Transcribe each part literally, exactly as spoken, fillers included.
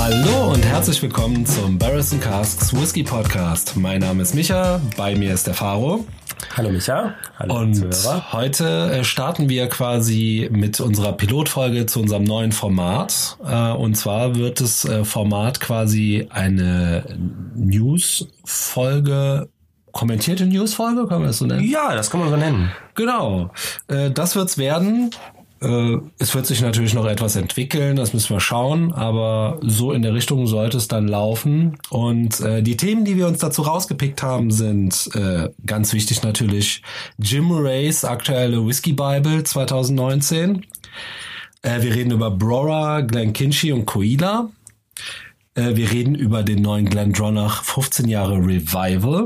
Hallo und herzlich willkommen zum Barrels and Casks Whisky Podcast. Mein Name ist Micha, bei mir ist der Faro. Hallo Micha, hallo und Zuhörer. Heute starten wir quasi mit unserer Pilotfolge zu unserem neuen Format. Und zwar wird das Format quasi eine News-Folge, kommentierte News-Folge, kann man das so nennen? Ja, das kann man so nennen. Genau, das wird's werden. Es wird sich natürlich noch etwas entwickeln, das müssen wir schauen, aber so in der Richtung sollte es dann laufen. Und äh, die Themen, die wir uns dazu rausgepickt haben, sind äh, ganz wichtig natürlich Jim Murrays aktuelle Whisky Bible zwanzig neunzehn. Äh, wir reden über Brora, Glenkinchie und Koila. Äh, wir reden über den neuen GlenDronach fünfzehn Jahre Revival.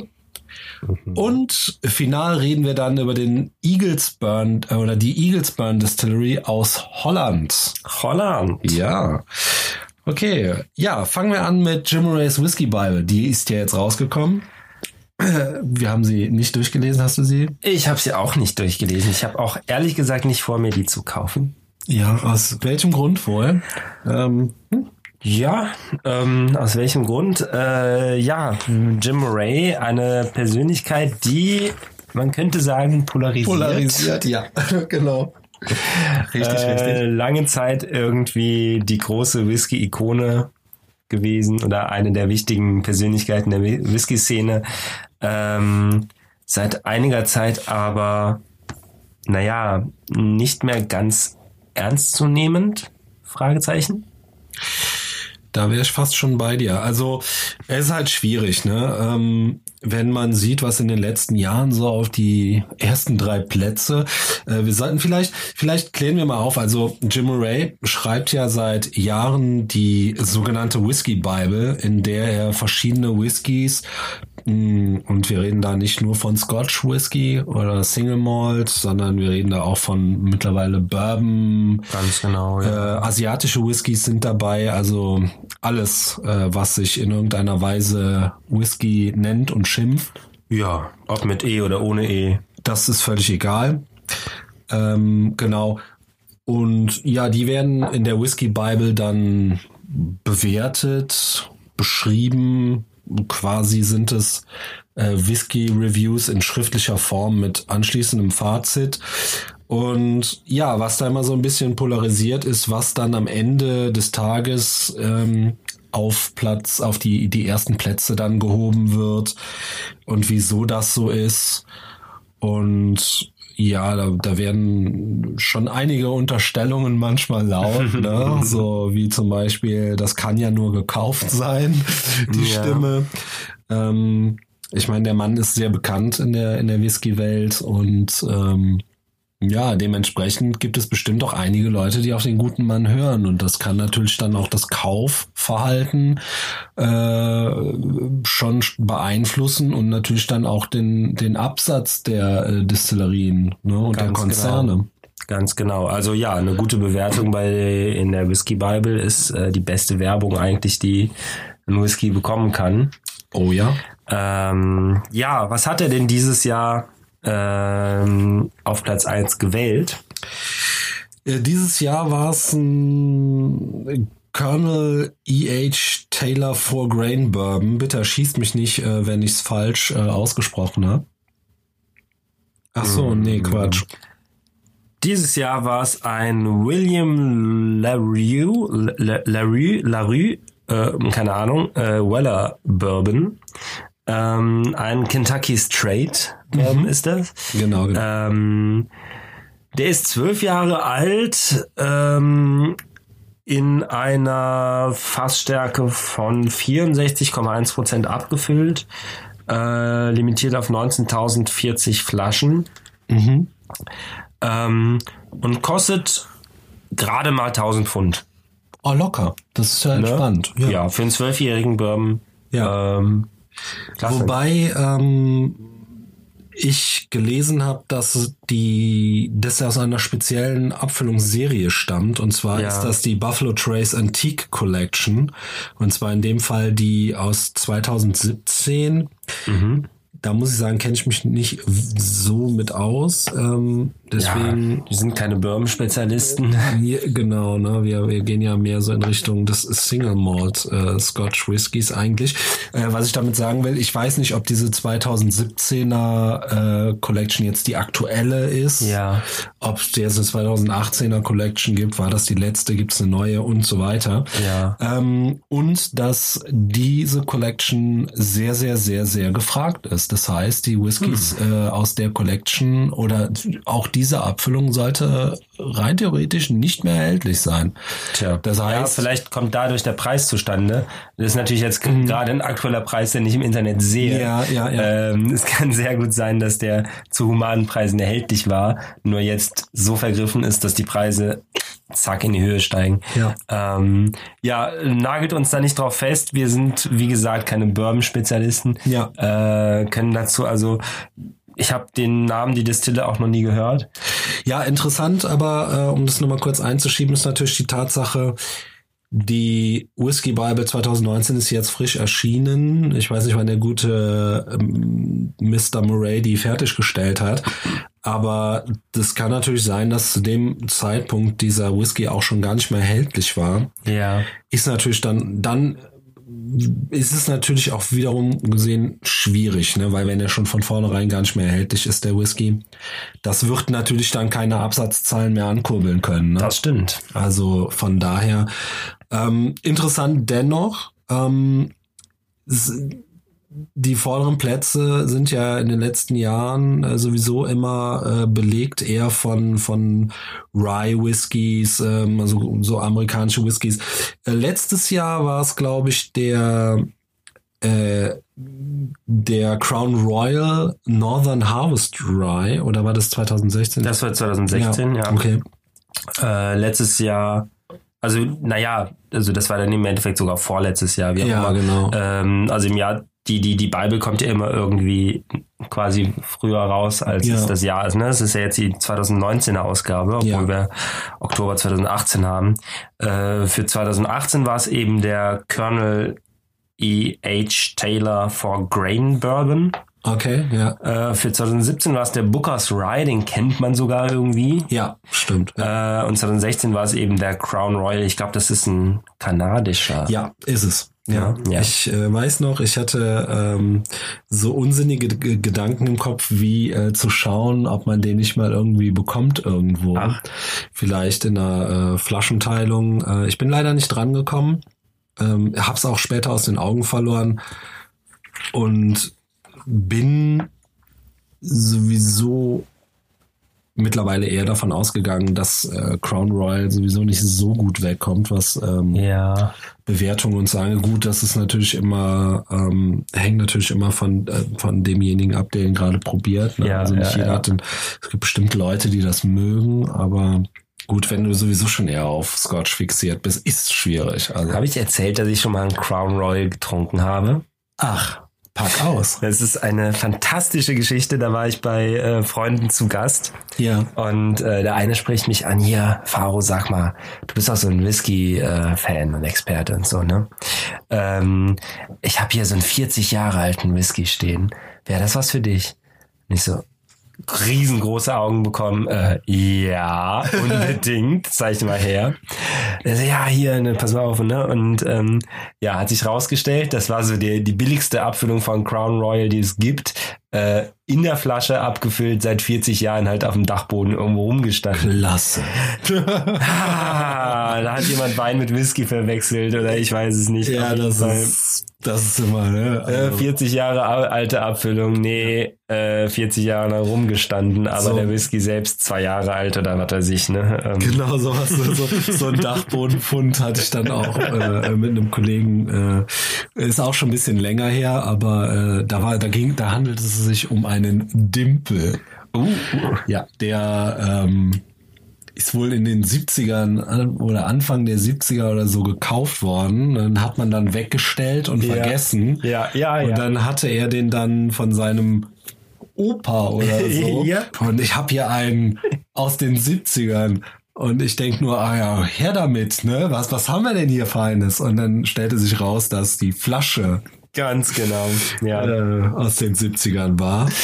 Und final reden wir dann über den Eaglesburn äh, oder die Eaglesburn Distillery aus Holland. Holland. Ja. Okay. Ja, fangen wir an mit Jim Murrays Whisky Bible. Die ist ja jetzt rausgekommen. Wir haben sie nicht durchgelesen. Hast du sie? Ich habe sie auch nicht durchgelesen. Ich habe auch ehrlich gesagt nicht vor, mir die zu kaufen. Ja, aus welchem Grund wohl? Ähm, hm? Ja, ähm, aus welchem Grund? Äh, ja, Jim Murray, eine Persönlichkeit, die, man könnte sagen, polarisiert. Polarisiert, ja, genau. Richtig, äh, richtig. Lange Zeit irgendwie die große Whisky-Ikone gewesen oder eine der wichtigen Persönlichkeiten der Whisky-Szene. Ähm, seit einiger Zeit aber, naja, nicht mehr ganz ernstzunehmend? Fragezeichen. Da wäre ich fast schon bei dir. Also es ist halt schwierig, ne? Ähm, wenn man sieht, was in den letzten Jahren so auf die ersten drei Plätze. Äh, wir sollten vielleicht, vielleicht klären wir mal auf. Also Jim Murray schreibt ja seit Jahren die sogenannte Whisky Bible, in der er verschiedene Whiskys, und wir reden da nicht nur von Scotch Whisky oder Single Malt, sondern wir reden da auch von mittlerweile Bourbon. Ganz genau, ja. Äh, asiatische Whiskys sind dabei, also alles, äh, was sich in irgendeiner Weise Whisky nennt und schimpft. Ja, ob mit E oder ohne E. Das ist völlig egal. Ähm, genau. Und ja, die werden in der Whisky Bible dann bewertet, beschrieben. Quasi sind es äh, Whisky-Reviews in schriftlicher Form mit anschließendem Fazit. Und ja, was da immer so ein bisschen polarisiert ist, was dann am Ende des Tages ähm, auf Platz, auf die, die ersten Plätze dann gehoben wird und wieso das so ist. Und ja, da, da werden schon einige Unterstellungen manchmal laut, ne? So wie zum Beispiel, das kann ja nur gekauft sein, die ja. Stimme. Ähm, ich meine, der Mann ist sehr bekannt in der in der Whisky-Welt und ähm, ja, dementsprechend gibt es bestimmt auch einige Leute, die auf den guten Mann hören und das kann natürlich dann auch das Kaufverhalten äh, schon beeinflussen und natürlich dann auch den den Absatz der äh, Distillerien, ne, und Ganz der Konzerne. Genau. Ganz genau. Also ja, eine gute Bewertung bei in der Whisky Bible ist äh, die beste Werbung eigentlich, die ein Whisky bekommen kann. Oh ja. Ähm, ja, was hat er denn dieses Jahr ähm, auf Platz eins gewählt? Äh, dieses Jahr war es ein Colonel E H Taylor Four Grain Bourbon. Bitte schießt mich nicht, äh, wenn ich es falsch äh, ausgesprochen habe. Ach so, nee, Quatsch. Dieses Jahr war es ein William Larue, Larue, Larue, äh, keine Ahnung, äh, Weller Bourbon. Ähm, ein Kentucky Straight Bourbon mhm. ist das. Genau, genau. Ähm, der ist zwölf Jahre alt, ähm, in einer Fassstärke von vierundsechzig Komma eins Prozent abgefüllt, äh, limitiert auf neunzehntausendvierzig Flaschen. Mhm. Ähm, und kostet gerade mal tausend Pfund. Oh, locker. Das ist ja entspannt. Ne? Ja. ja, für einen zwölfjährigen Bourbon. Ja. Ähm, klasse. Wobei ähm, ich gelesen habe, dass die das aus einer speziellen Abfüllungsserie stammt. Und zwar ja. ist das die Buffalo Trace Antique Collection. Und zwar in dem Fall die aus zweitausendsiebzehn. Mhm. Da muss ich sagen, kenne ich mich nicht so mit aus. Ähm, deswegen. Ja, wir sind keine Bourbon-Spezialisten. Genau, ne? Wir, wir gehen ja mehr so in Richtung des Single Malt äh, Scotch Whiskys eigentlich. Äh, was ich damit sagen will, ich weiß nicht, ob diese zweitausendsiebzehner äh, Collection jetzt die aktuelle ist. Ja. Ob es jetzt eine zweitausendachtzehner Collection gibt, war das die letzte, gibt es eine neue und so weiter. Ja. Ähm, und dass diese Collection sehr, sehr, sehr, sehr gefragt ist. Das heißt, die Whiskys hm. äh, aus der Collection oder auch diese Abfüllung sollte rein theoretisch nicht mehr erhältlich sein. Tja, das heißt, ja, vielleicht kommt dadurch der Preis zustande. Das ist natürlich jetzt mhm. gerade ein aktueller Preis, den ich im Internet sehe. Ja, ja, ja. Ähm, es kann sehr gut sein, dass der zu humanen Preisen erhältlich war, nur jetzt so vergriffen ist, dass die Preise zack in die Höhe steigen. Ja, ähm, ja nagelt uns da nicht drauf fest. Wir sind, wie gesagt, keine Bourbon-Spezialisten. Ja. Äh, können dazu also Ich habe den Namen, die Distille, auch noch nie gehört. Ja, interessant, aber äh, um das nochmal kurz einzuschieben, ist natürlich die Tatsache, die Whisky Bible zwanzig neunzehn ist jetzt frisch erschienen. Ich weiß nicht, wann der gute ähm, Mister Murray die fertiggestellt hat. Aber das kann natürlich sein, dass zu dem Zeitpunkt dieser Whisky auch schon gar nicht mehr erhältlich war. Ja. Ist natürlich dann, dann ist es natürlich auch wiederum gesehen schwierig, ne? Weil wenn er schon von vornherein gar nicht mehr erhältlich ist, der Whisky, das wird natürlich dann keine Absatzzahlen mehr ankurbeln können. Ne? Das stimmt. Also von daher ähm, interessant dennoch, ähm, die vorderen Plätze sind ja in den letzten Jahren äh, sowieso immer äh, belegt eher von von Rye Whiskys, ähm, also so amerikanische Whiskys. Äh, letztes Jahr war es, glaube ich, der äh, der Crown Royal Northern Harvest Rye, oder war das zwanzig sechzehn? Das war zwanzig sechzehn, ja. ja. Okay. Äh, letztes Jahr, also naja, also das war dann im Endeffekt sogar vorletztes Jahr. Wie auch ja, immer. genau. Ähm, also im Jahr Die, die, die Bible kommt ja immer irgendwie quasi früher raus, als ja. es das Jahr ist. Ne? Das ist ja jetzt die zwanzig neunzehner Ausgabe, obwohl ja. wir Oktober zwanzig achtzehn haben. Äh, für zwanzig achtzehn war es eben der Colonel E H Taylor for Grain Bourbon. Okay, ja. Äh, für zwanzig siebzehn war es der Booker's Rye, den kennt man sogar irgendwie. Ja, stimmt. Ja. Äh, und zwanzig sechzehn war es eben der Crown Royal. Ich glaube, das ist ein kanadischer. Ja, ist es. Ja, ja. Ich äh, weiß noch, ich hatte ähm, so unsinnige G- Gedanken im Kopf, wie äh, zu schauen, ob man den nicht mal irgendwie bekommt irgendwo. Ach. Vielleicht in einer äh, Flaschenteilung. Äh, ich bin leider nicht dran gekommen. Ähm, hab's auch später aus den Augen verloren und bin sowieso mittlerweile eher davon ausgegangen, dass äh, Crown Royal sowieso nicht so gut wegkommt, was ähm, ja. Bewertungen und sagen. Gut, das ist natürlich immer, ähm, hängt natürlich immer von äh, von demjenigen ab, der ihn gerade probiert. Ne? Ja, also nicht ja, jeder ja. hat den, es gibt bestimmt Leute, die das mögen, aber gut, wenn du sowieso schon eher auf Scotch fixiert bist, ist schwierig. Also, Habe ich erzählt, dass ich schon mal einen Crown Royal getrunken habe? ach, pack aus. Das ist eine fantastische Geschichte. Da war ich bei äh, Freunden zu Gast. Ja. Und äh, der eine spricht mich an, hier, Faro, sag mal, du bist auch so ein Whisky-Fan äh, und Experte und so, ne? Ähm, ich habe hier so einen vierzig Jahre alten Whisky stehen. Wäre das was für dich? Und ich so, riesengroße Augen bekommen. Äh, ja, unbedingt. Zeig mal her. Also, ja, hier, ne, pass mal auf. Ne? Und ähm, ja, hat sich rausgestellt, das war so die, die billigste Abfüllung von Crown Royal, die es gibt. Äh, in der Flasche abgefüllt, seit vierzig Jahren halt auf dem Dachboden irgendwo rumgestanden. Klasse. Ah, da hat jemand Wein mit Whisky verwechselt oder ich weiß es nicht. Ja, das ist, das ist immer, ne? Also, äh, vierzig Jahre alte Abfüllung, nee, äh, vierzig Jahre lang rumgestanden, aber so. Der Whisky selbst zwei Jahre alt oder was weiß ich, ne? Ähm. Genau, so was, so, so ein Dachbodenfund hatte ich dann auch äh, mit einem Kollegen, äh, ist auch schon ein bisschen länger her, aber äh, da war, da ging, da handelt es sich um einen Dimpel. Uh, ja, der ähm, ist wohl in den siebzigern oder Anfang der siebziger oder so gekauft worden. Dann hat man dann weggestellt und ja. vergessen. Ja, ja, ja. Und dann hatte er den dann von seinem Opa oder so. Ja. Und ich habe hier einen aus den siebzigern. Und ich denk nur, ah ja, her damit, ne? Was, was haben wir denn hier Feines? Und dann stellte sich raus, dass die Flasche ganz genau, ja. äh, aus den siebzigern war.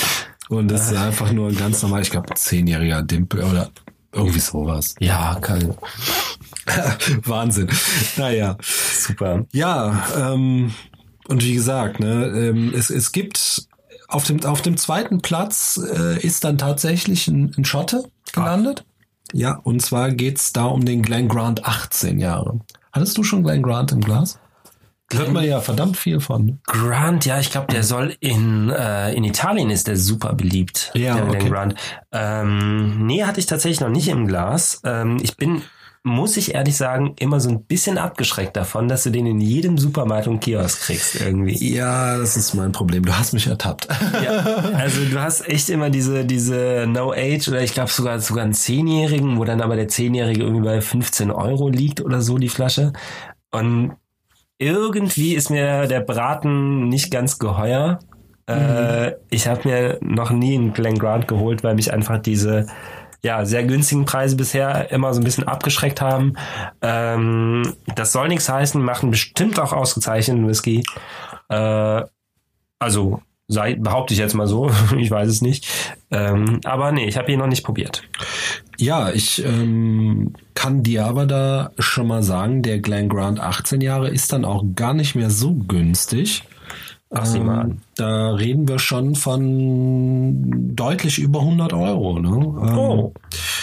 Und das ist einfach nur ein ganz normal, ich glaube, ein zehnjähriger Dimpel oder irgendwie sowas. Ja, kann. Wahnsinn. Naja. Super. Ja, ähm, und wie gesagt, ne, ähm, es, es gibt auf dem, auf dem zweiten Platz äh, ist dann tatsächlich ein, ein Schotte gelandet. Ah. Ja, und zwar geht's da um den Glen Grant achtzehn Jahre. Hattest du schon Glen Grant im Glas? Hört man ja verdammt viel von. Grant, ja, ich glaube, der soll in äh, in Italien ist der super beliebt. Ja, der okay. Glen Grant. Ähm, nee, hatte ich tatsächlich noch nicht im Glas. Ähm, ich bin, muss ich ehrlich sagen, immer so ein bisschen abgeschreckt davon, dass du den in jedem Supermarkt und Kiosk kriegst irgendwie. Ja, das ist mein Problem. Du hast mich ertappt. Ja, also du hast echt immer diese diese No Age oder ich glaube sogar sogar einen Zehnjährigen, wo dann aber der Zehnjährige irgendwie bei fünfzehn Euro liegt oder so die Flasche. Und irgendwie ist mir der Braten nicht ganz geheuer. Mhm. Äh, ich habe mir noch nie einen Glen Grant geholt, weil mich einfach diese ja sehr günstigen Preise bisher immer so ein bisschen abgeschreckt haben. Ähm, das soll nichts heißen, machen bestimmt auch ausgezeichneten Whisky. Äh, also sei, behaupte ich jetzt mal so, ich weiß es nicht. Ähm, aber nee, ich habe ihn noch nicht probiert. Ja, ich ähm, kann dir aber da schon mal sagen, der Glen Grant achtzehn Jahre ist dann auch gar nicht mehr so günstig. Ach, sieh mal an. Ähm, da reden wir schon von deutlich über hundert Euro. Ne? Ähm, oh.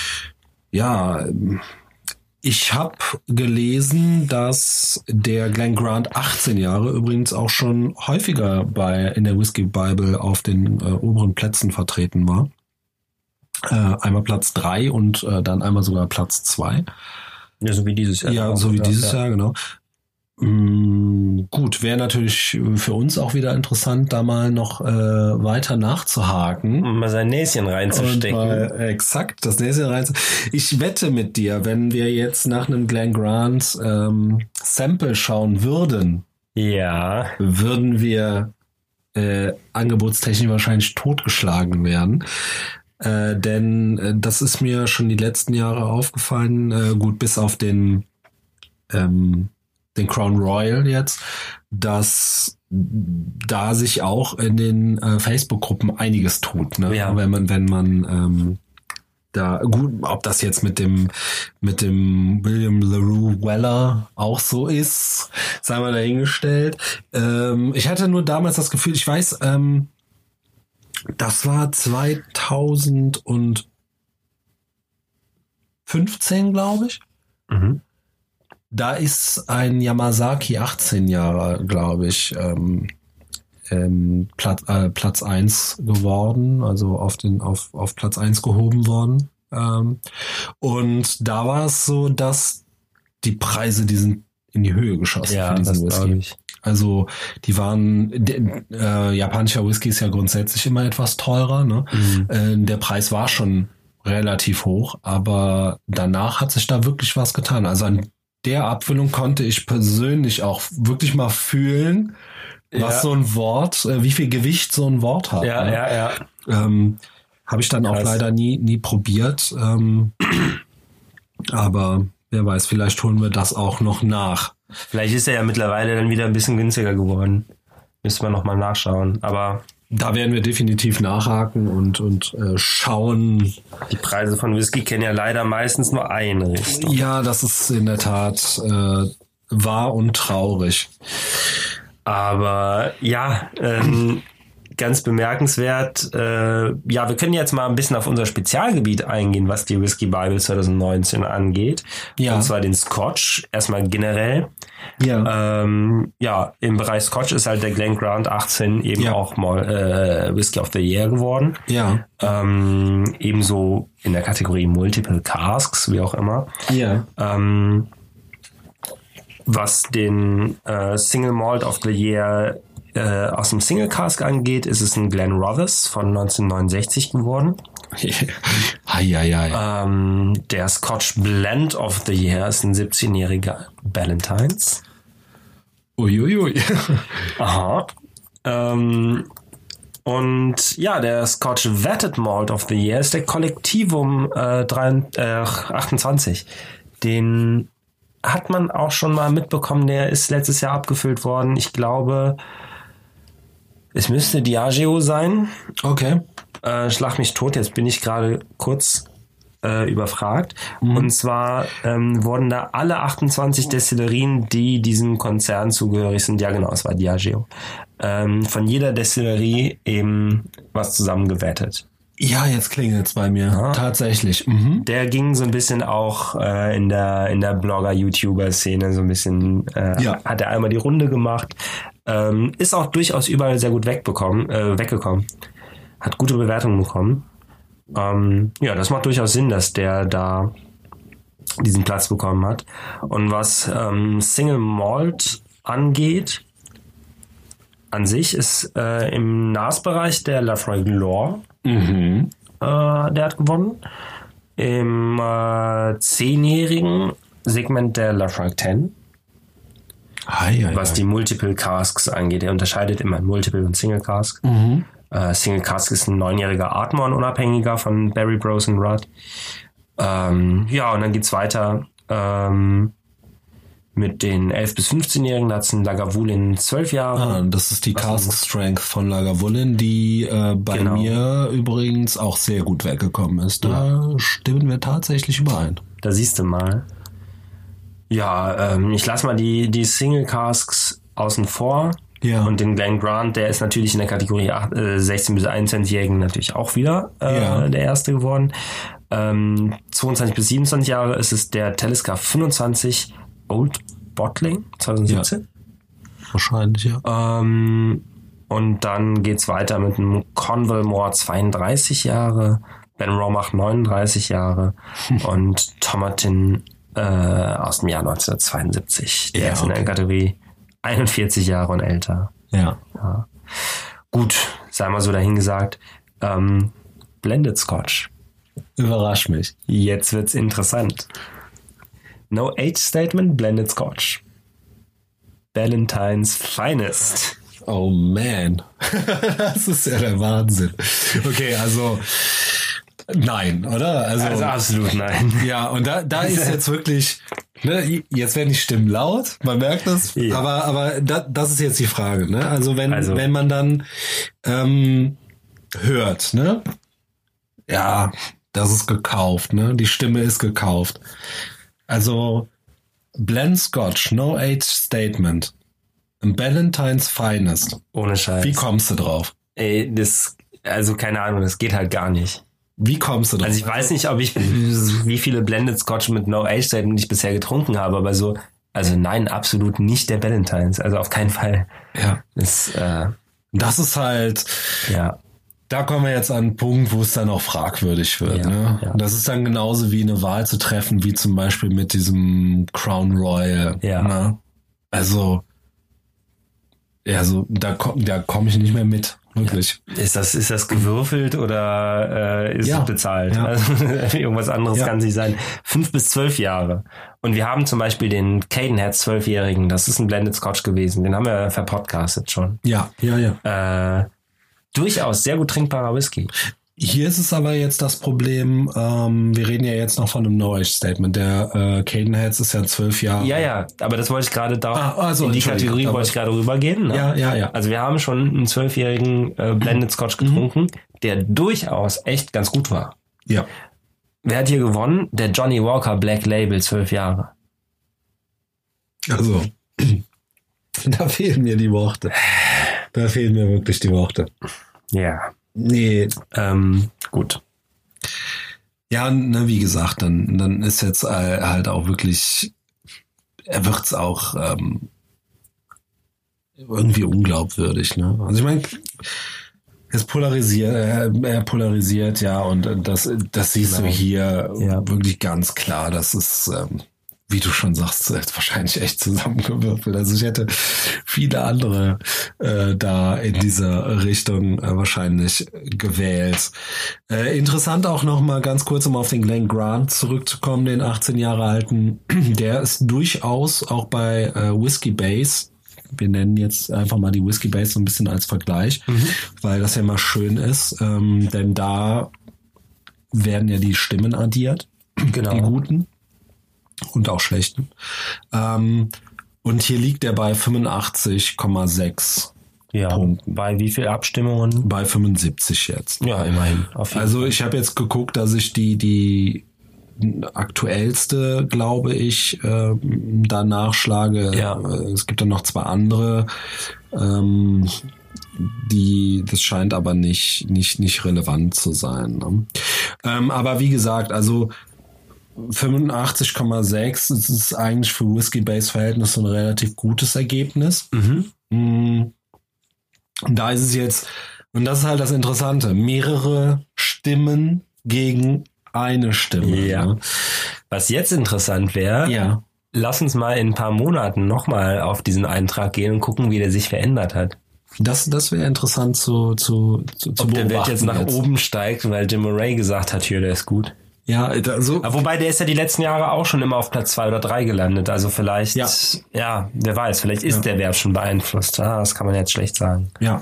Ja, ich habe gelesen, dass der Glen Grant achtzehn Jahre übrigens auch schon häufiger bei in der Whisky Bible auf den äh, oberen Plätzen vertreten war. Äh, einmal Platz drei und äh, dann einmal sogar Platz zwei. Ja, so wie dieses Jahr. Ja, so wie dieses ja. Jahr, genau. Mm, gut, wäre natürlich für uns auch wieder interessant, da mal noch äh, weiter nachzuhaken. Mal sein Näschen reinzustecken. Und mal, äh, exakt, das Näschen reinzustecken. Ich wette mit dir, wenn wir jetzt nach einem Glen Grant ähm, Sample schauen würden, ja, würden wir äh, angebotstechnisch wahrscheinlich totgeschlagen werden. Äh, denn äh, das ist mir schon die letzten Jahre aufgefallen, äh, gut, bis auf den ähm, den Crown Royal jetzt, dass da sich auch in den äh, Facebook-Gruppen einiges tut, ne? Ja. Wenn man, wenn man ähm, da gut, ob das jetzt mit dem mit dem William LaRue Weller auch so ist, sei mal dahingestellt. Ähm, ich hatte nur damals das Gefühl, ich weiß, ähm, das war zweitausendfünfzehn, glaube ich. Mhm. Da ist ein Yamazaki achtzehn Jahre, glaube ich, ähm, ähm, Platz, äh, Platz eins geworden, also auf den auf, auf Platz eins gehoben worden. Ähm, und da war es so, dass die Preise, die sind in die Höhe geschossen ja, für diesen Whisky. Also die waren, de, äh, japanischer Whisky ist ja grundsätzlich immer etwas teurer, ne? Mhm. Äh, der Preis war schon relativ hoch, aber danach hat sich da wirklich was getan. Also an der Abfüllung konnte ich persönlich auch wirklich mal fühlen, was ja. so ein Wort, äh, wie viel Gewicht so ein Wort hat. Ja, ne? ja, ja. Ähm, habe ich dann Krass. auch leider nie, nie probiert. Ähm, aber wer weiß, vielleicht holen wir das auch noch nach. Vielleicht ist er ja mittlerweile dann wieder ein bisschen günstiger geworden. Müssen wir nochmal nachschauen. Aber da werden wir definitiv nachhaken und, und äh, schauen. Die Preise von Whisky kennen ja leider meistens nur eine Richtung. Ja, das ist in der Tat äh, wahr und traurig. Aber ja, ähm, ganz bemerkenswert. Äh, ja, wir können jetzt mal ein bisschen auf unser Spezialgebiet eingehen, was die Whisky Bible zwanzig neunzehn angeht. Ja. Und zwar den Scotch. Erstmal generell. Ja. Ähm, ja, im Bereich Scotch ist halt der Glen Grant achtzehn eben ja. auch mal äh, Whisky of the Year geworden. Ja. Ähm, ebenso in der Kategorie Multiple Casks, wie auch immer. Ja. Ähm, was den äh, Single Malt of the Year äh, aus dem Single Cask angeht, ist es ein Glenrothes von neunzehnhundertneunundsechzig geworden. Hei, hei, hei. Ähm, der Scotch Blend of the Year ist ein siebzehnjähriger Ballantines. Uiuiui. Aha. Ähm, und ja, der Scotch Vatted Malt of the Year ist der Collectivum äh, drei, äh, achtundzwanzig. Den hat man auch schon mal mitbekommen, der ist letztes Jahr abgefüllt worden. Ich glaube, Es müsste Diageo sein. Okay. Äh, schlag mich tot, jetzt bin ich gerade kurz äh, überfragt. Mhm. Und zwar ähm, wurden da alle achtundzwanzig Destillerien, die diesem Konzern zugehörig sind, ja genau, es war Diageo, ähm, von jeder Destillerie eben was zusammengewertet. Ja, jetzt klingelt's bei mir. Ja. Tatsächlich. Mhm. Der ging so ein bisschen auch äh, in der in der Blogger-YouTuber-Szene so ein bisschen, äh, ja. hat er einmal die Runde gemacht. Ähm, ist auch durchaus überall sehr gut wegbekommen, äh, weggekommen. Hat gute Bewertungen bekommen. Ähm, ja, das macht durchaus Sinn, dass der da diesen Platz bekommen hat. Und was ähm, Single Malt angeht, an sich ist äh, im N A S-Bereich der Lafroy Glore, mhm. äh, der hat gewonnen. Im äh, zehnjährigen Segment der Lafroy zehn. Hi, hi, was hi. die Multiple Casks angeht. Er unterscheidet immer Multiple und Single Cask. Mhm. Uh, Single Cask ist ein neunjähriger Ardmore, ein unabhängiger von Barry Bros and Rudd. Ähm, ja, und dann geht's weiter ähm, mit den elf- bis fünfzehnjährigen. Da hat's einen Lagavulin zwölf Jahre. Ah, das ist die Cask Strength von Lagavulin, die äh, bei genau. mir übrigens auch sehr gut weggekommen ist. Da ja. stimmen wir tatsächlich überein. Da siehst du mal. Ja, ähm, ich lasse mal die, die Single Casks außen vor. Ja. Und den Glen Grant, der ist natürlich in der Kategorie sechzehn- bis einundzwanzigjährigen natürlich auch wieder äh, ja. der Erste geworden. Ähm, zweiundzwanzig bis siebenundzwanzig Jahre ist es der Talisker fünfundzwanzig Old Bottling zwanzig siebzehn. Ja. Wahrscheinlich, ja. Ähm, und dann geht's weiter mit einem Conwell Moore zweiunddreißig Jahre, Ben Romach neununddreißig Jahre und Tomatin äh, aus dem Jahr neunzehnhundertzweiundsiebzig. Der ja, ist in okay. der Kategorie einundvierzig Jahre und älter. Ja. ja. Gut, sei mal so dahingesagt. Ähm, Blended Scotch. Überrasch mich. Jetzt wird's interessant. No Age Statement, Blended Scotch. Ballantine's Finest. Oh man. Das ist ja der Wahnsinn. Okay, also nein, oder? Also, also absolut nein. Ja, und da, da ist jetzt wirklich, ne, jetzt werden die Stimmen laut, man merkt das, ja. aber, aber da, das ist jetzt die Frage, ne? Also wenn, also. wenn man dann ähm, hört, ne? Ja, das ist gekauft, ne? Die Stimme ist gekauft. Also Blend Scotch, No Age Statement, Ballantine's Finest. Ohne Scheiß. Wie kommst du drauf? Ey, das, also keine Ahnung, das geht halt gar nicht. Wie kommst du drauf? Also ich weiß nicht, ob ich, wie viele Blended Scotch mit No Age Statement ich bisher getrunken habe, aber so, also nein, absolut nicht der Ballantines. Also auf keinen Fall. Ja. Das, äh, das ist halt, ja. Da kommen wir jetzt an einen Punkt, wo es dann auch fragwürdig wird. Ja, ne? ja. Das ist dann genauso wie eine Wahl zu treffen, wie zum Beispiel mit diesem Crown Royal. Ja. Ne? Also, ja, so, da komme da komm ich nicht mehr mit. Wirklich. Ja. Ist das, ist das gewürfelt oder äh, ist ja. es bezahlt? Ja. Also, irgendwas anderes ja. kann es nicht sein. Fünf bis zwölf Jahre. Und wir haben zum Beispiel den Cadenhead zwölfjährigen. Das ist ein Blended Scotch gewesen. Den haben wir verpodcastet schon. Ja, ja, ja. Äh, durchaus sehr gut trinkbarer Whisky. Hier ist es aber jetzt das Problem, ähm, wir reden ja jetzt noch von einem No-Age-Statement. Der äh, Cadenheads ist ja zwölf Jahre. Ja, ja, aber das wollte ich gerade da, ah, also, in die Kategorie wollte ich gerade rübergehen. Ne? Ja, ja, ja. Also wir haben schon einen zwölfjährigen äh, Blended Scotch getrunken, mhm. der durchaus echt ganz gut war. Ja. Wer hat hier gewonnen? Der Johnny Walker Black Label, zwölf Jahre. Also, da fehlen mir die Worte. Da fehlen mir wirklich die Worte. Ja. Nee. Ähm, gut. Ja, ne, wie gesagt, dann, dann ist jetzt halt auch wirklich, er wird's auch ähm, irgendwie unglaubwürdig, ne? Also ich meine, es polarisiert, er, er polarisiert, ja, und das, das siehst genau. du hier ja. wirklich ganz klar, das ist, ähm, wie du schon sagst, wahrscheinlich echt zusammengewürfelt. Also ich hätte viele andere äh, da in dieser Richtung äh, wahrscheinlich gewählt. Äh, interessant auch noch mal ganz kurz, um auf den Glen Grant zurückzukommen, den achtzehn Jahre alten. Der ist durchaus auch bei äh, Whiskey Base, wir nennen jetzt einfach mal die Whiskey Base so ein bisschen als Vergleich, mhm. weil das ja mal schön ist, ähm, denn da werden ja die Stimmen addiert, genau. die guten. Und auch schlechten. Ähm, und hier liegt er bei fünfundachtzig Komma sechs Ja, Punkten. bei wie viel Abstimmungen? Bei fünfundsiebzig jetzt. Ja, immerhin. Auf jeden Also ich habe jetzt geguckt, dass ich die die aktuellste, glaube ich, äh, da nachschlage. Ja. Es gibt dann noch zwei andere, ähm, die, das scheint aber nicht nicht nicht relevant zu sein. Ne? Ähm, aber wie gesagt, also fünfundachtzig Komma sechs, das ist eigentlich für Whisky-Base-Verhältnisse ein relativ gutes Ergebnis. Mhm. Und da ist es jetzt, und das ist halt das Interessante, mehrere Stimmen gegen eine Stimme. Ja. Ne? Was jetzt interessant wäre, Ja. lass uns mal in ein paar Monaten nochmal auf diesen Eintrag gehen und gucken, wie der sich verändert hat. Das, das wäre interessant zu, zu, zu, zu Ob der Wert beobachten jetzt nach oben steigt, weil Jim Murray gesagt hat, hier, der ist gut. Ja, also. Aber wobei, der ist ja die letzten Jahre auch schon immer auf Platz zwei oder drei gelandet. Also vielleicht, Ja. ja, wer weiß, vielleicht ist Ja. der Wert schon beeinflusst. Ah, das kann man jetzt schlecht sagen. Ja.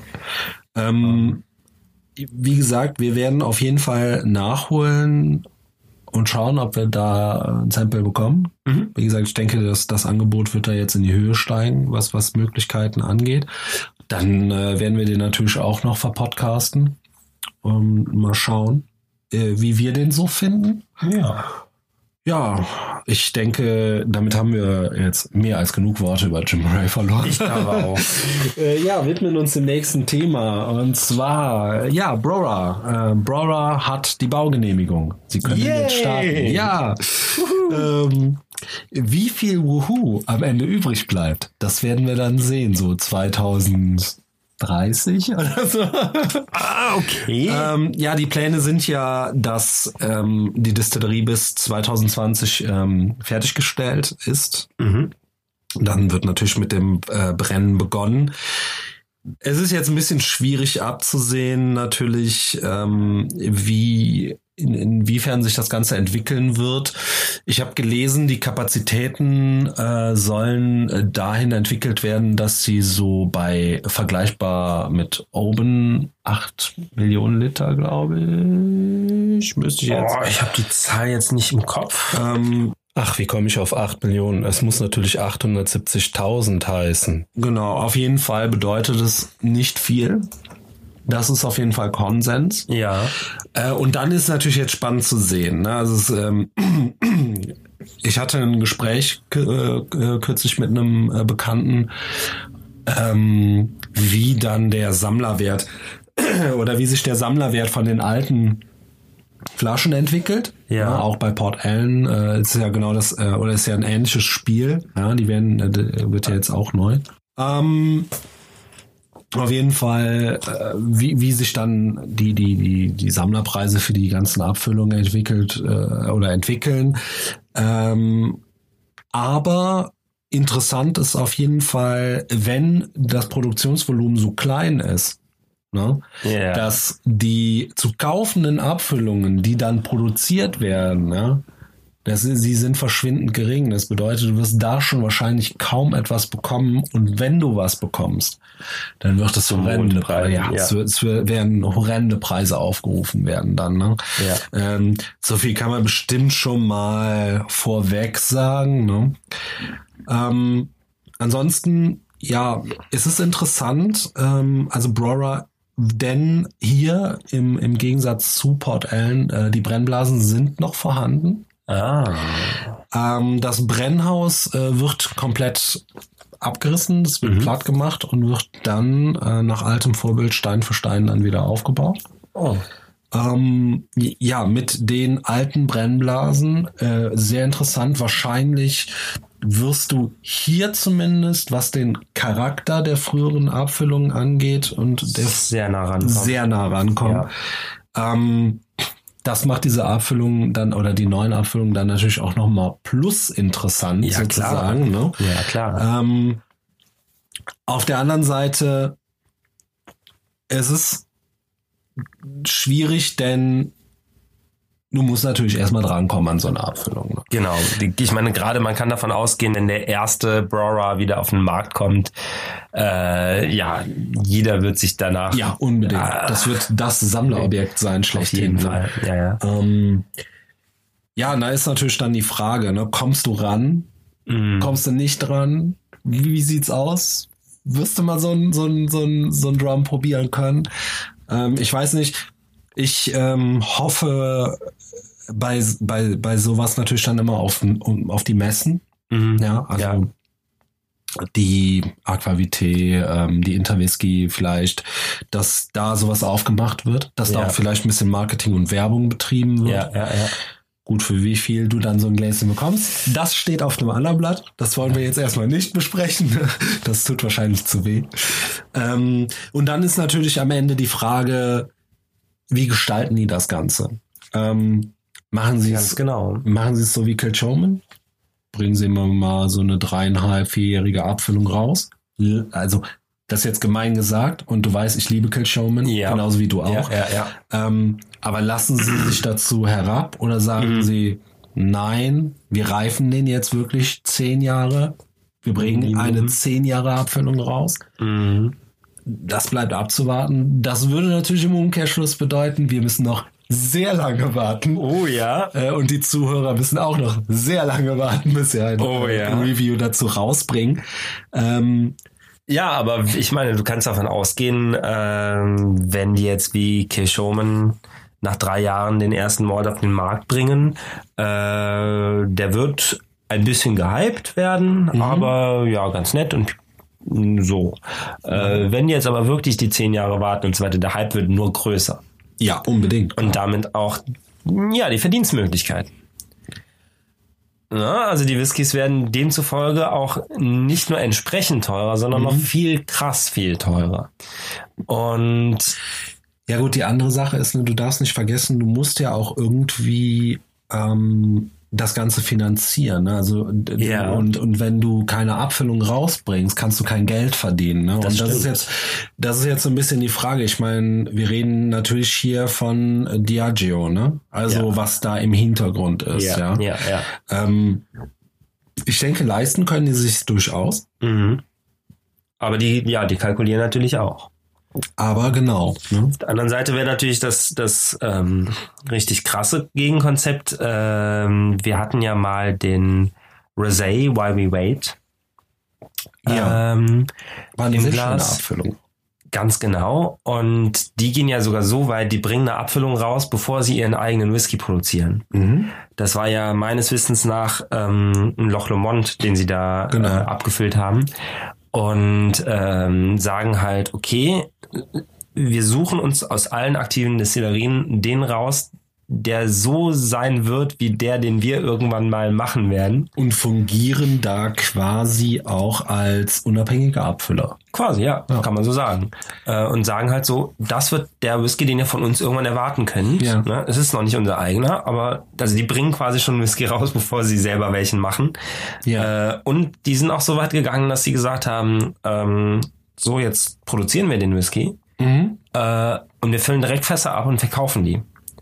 Ähm, wie gesagt, wir werden auf jeden Fall nachholen und schauen, ob wir da ein Sample bekommen. Mhm. Wie gesagt, ich denke, dass das Angebot wird da jetzt in die Höhe steigen, was, was Möglichkeiten angeht. Dann äh, werden wir den natürlich auch noch verpodcasten. Und mal schauen, äh, wie wir den so finden. Ja. Ja, ich denke, damit haben wir jetzt mehr als genug Worte über Jim Murray verloren. Ich glaube auch. äh, ja, widmen uns dem nächsten Thema. Und zwar, ja, Brora. Äh, Brora hat die Baugenehmigung. Sie können Yay! jetzt starten. Ja. Ähm, wie viel Wuhu am Ende übrig bleibt, das werden wir dann sehen, so zweitausenddreißig oder so. Ah, okay. Ähm, ja, die Pläne sind ja, dass ähm, die Distillerie bis zweitausendzwanzig ähm, fertiggestellt ist. Mhm. Dann wird natürlich mit dem äh, Brennen begonnen. Es ist jetzt ein bisschen schwierig abzusehen, natürlich, ähm, wie in, inwiefern sich das Ganze entwickeln wird. Ich habe gelesen, die Kapazitäten äh, sollen äh, dahin entwickelt werden, dass sie so bei vergleichbar mit Oben acht Millionen Liter, glaube ich, müsste ich jetzt. Oh, ich habe die Zahl jetzt nicht im Kopf. Ähm, ach, wie komme ich auf acht Millionen? Es muss natürlich achthundertsiebzigtausend heißen. Genau, auf jeden Fall bedeutet es nicht viel. Das ist auf jeden Fall Konsens. Ja. Äh, und dann ist natürlich jetzt spannend zu sehen. Ne? Also es, ähm, ich hatte ein Gespräch äh, äh, kürzlich mit einem äh, Bekannten, ähm, wie dann der Sammlerwert oder wie sich der Sammlerwert von den alten Flaschen entwickelt. Ja. Ja, auch bei Port Ellen äh, ist ja genau das, äh, oder ist ja ein ähnliches Spiel. Ja, die werden, äh, wird ja jetzt auch neu. Ähm, auf jeden Fall, äh, wie, wie sich dann die, die, die, die Sammlerpreise für die ganzen Abfüllungen entwickelt äh, oder entwickeln. Ähm, aber interessant ist auf jeden Fall, wenn das Produktionsvolumen so klein ist, ne, Yeah. dass die zu kaufenden Abfüllungen, die dann produziert werden, ne, das, sie sind verschwindend gering. Das bedeutet, du wirst da schon wahrscheinlich kaum etwas bekommen. Und wenn du was bekommst, dann wird es horrende Preise. Ja, ja. Es, wird, es werden horrende Preise aufgerufen werden dann. Ne? Ja. Ähm, so viel kann man bestimmt schon mal vorweg sagen. Ne? Ähm, ansonsten, ja, es ist interessant. Ähm, also Brora, denn hier im, im Gegensatz zu Port Ellen, äh, die Brennblasen sind noch vorhanden. Ah. Ähm, das Brennhaus äh, wird komplett abgerissen, das wird Mhm. platt gemacht und wird dann äh, nach altem Vorbild Stein für Stein dann wieder aufgebaut. Oh. Ähm, ja, mit den alten Brennblasen, äh, sehr interessant. Wahrscheinlich wirst du hier zumindest, was den Charakter der früheren Abfüllungen angeht und der Sehr nah ran. sehr nah rankommen. Ja. Ähm, das macht diese Abfüllung dann oder die neuen Abfüllungen dann natürlich auch nochmal plus interessant Ja, sozusagen. Ne? Ja, klar. Ähm, auf der anderen Seite, es ist schwierig, denn du musst natürlich erstmal drankommen an so eine Abfüllung. Ne? Genau. Die- Ich meine, gerade man kann davon ausgehen, wenn der erste Brora wieder auf den Markt kommt, äh, ja, jeder wird sich danach... Ja, unbedingt. Ah. Das wird das Sammlerobjekt sein, Auf schlechthin. jeden ne? Fall. Ja, ja. Ähm, ja, da ist natürlich dann die Frage, ne? Kommst du ran? Mhm. Kommst du nicht dran? Wie, wie sieht's aus? wirst du mal so ein, so ein, so ein, so ein Drum probieren können. Ähm, ich weiß nicht. Ich ähm, hoffe bei, bei, bei sowas natürlich dann immer auf, auf die Messen. Mhm. Ja, also Ja. die Aquavité, ähm, die Interwhisky vielleicht, dass da sowas aufgemacht wird, dass Ja. da auch vielleicht ein bisschen Marketing und Werbung betrieben wird. Ja, ja, ja. Gut, für wie viel du dann so ein Gläschen bekommst, das steht auf einem anderen Blatt. Das wollen wir jetzt erstmal nicht besprechen. Das tut wahrscheinlich zu weh. Ähm, und dann ist natürlich am Ende die Frage, wie gestalten die das Ganze? Ähm, machen sie Ganz es genau. machen sie es so wie Kilchoman? Bringen sie immer mal so eine dreieinhalb, vierjährige Abfüllung raus? L- Also, das ist jetzt gemein gesagt und du weißt, ich liebe Kilchoman, Ja. genauso wie du auch. Ja, ja, ja. Ähm, aber lassen sie sich dazu herab oder sagen Mhm. sie, nein, wir reifen den jetzt wirklich zehn Jahre, wir bringen Mhm. eine zehn Jahre Abfüllung raus? Mhm. Das bleibt abzuwarten. Das würde natürlich im Umkehrschluss bedeuten, wir müssen noch sehr lange warten. Oh ja. Äh, Und die Zuhörer müssen auch noch sehr lange warten, bis wir ein Oh äh, ja. Review dazu rausbringen. Ähm, Ja, aber ich meine, du kannst davon ausgehen, ähm, wenn die jetzt wie Kilchoman nach drei Jahren den ersten Malt auf den Markt bringen, äh, der wird ein bisschen gehypt werden, Mhm. aber ja, ganz nett und so. Äh, wenn die jetzt aber wirklich die zehn Jahre warten und so weiter, der Hype wird nur größer. ja, unbedingt. Und damit auch, ja, die Verdienstmöglichkeit. Ja, also die Whiskys werden demzufolge auch nicht nur entsprechend teurer, sondern noch viel krass viel teurer. Und Ja gut, die andere Sache ist, ne, du darfst nicht vergessen, du musst ja auch irgendwie ähm, das Ganze finanzieren. Ne? Also d- Ja. und und wenn du keine Abfüllung rausbringst, kannst du kein Geld verdienen. Ne? Das und das ist stimmt. jetzt das ist jetzt so ein bisschen die Frage. Ich meine, wir reden natürlich hier von äh, Diageo, ne? Also Ja. was da im Hintergrund ist. Ja. ja, ja, ja. Ähm, ich denke, leisten können die sich durchaus. Mhm. Aber die, ja, die kalkulieren natürlich auch. Aber genau. Ne? Auf der anderen Seite wäre natürlich das, das ähm, richtig krasse Gegenkonzept. Ähm, wir hatten ja mal den Rosé While We Wait. Ja. Ähm, War eine im sehr schöne Glas. Abfüllung. Ganz genau. Und die gehen ja sogar so weit, die bringen eine Abfüllung raus, bevor sie ihren eigenen Whisky produzieren. Mhm. Das war ja meines Wissens nach ähm, ein Loch Lomond, den sie da Genau. äh, abgefüllt haben. Und ähm, sagen halt, okay, wir suchen uns aus allen aktiven Destillerien den raus, der so sein wird, wie der, den wir irgendwann mal machen werden. Und fungieren da quasi auch als unabhängiger Abfüller. Quasi, ja, Ja. kann man so sagen. Äh, und sagen halt so, das wird der Whisky, den ihr von uns irgendwann erwarten könnt. Ja. Ne? Es ist noch nicht unser eigener, aber also die bringen quasi schon Whisky raus, bevor sie selber welchen machen. Ja. Äh, und die sind auch so weit gegangen, dass sie gesagt haben, ähm, so jetzt produzieren wir den Whisky Mhm. äh, und wir füllen direkt Fässer ab und verkaufen die.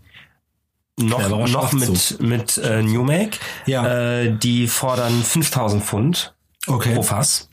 Noch, Cleverer noch mit, Schachzug. mit äh, New Make. Ja. Äh, die fordern fünftausend Pfund Okay. pro Fass.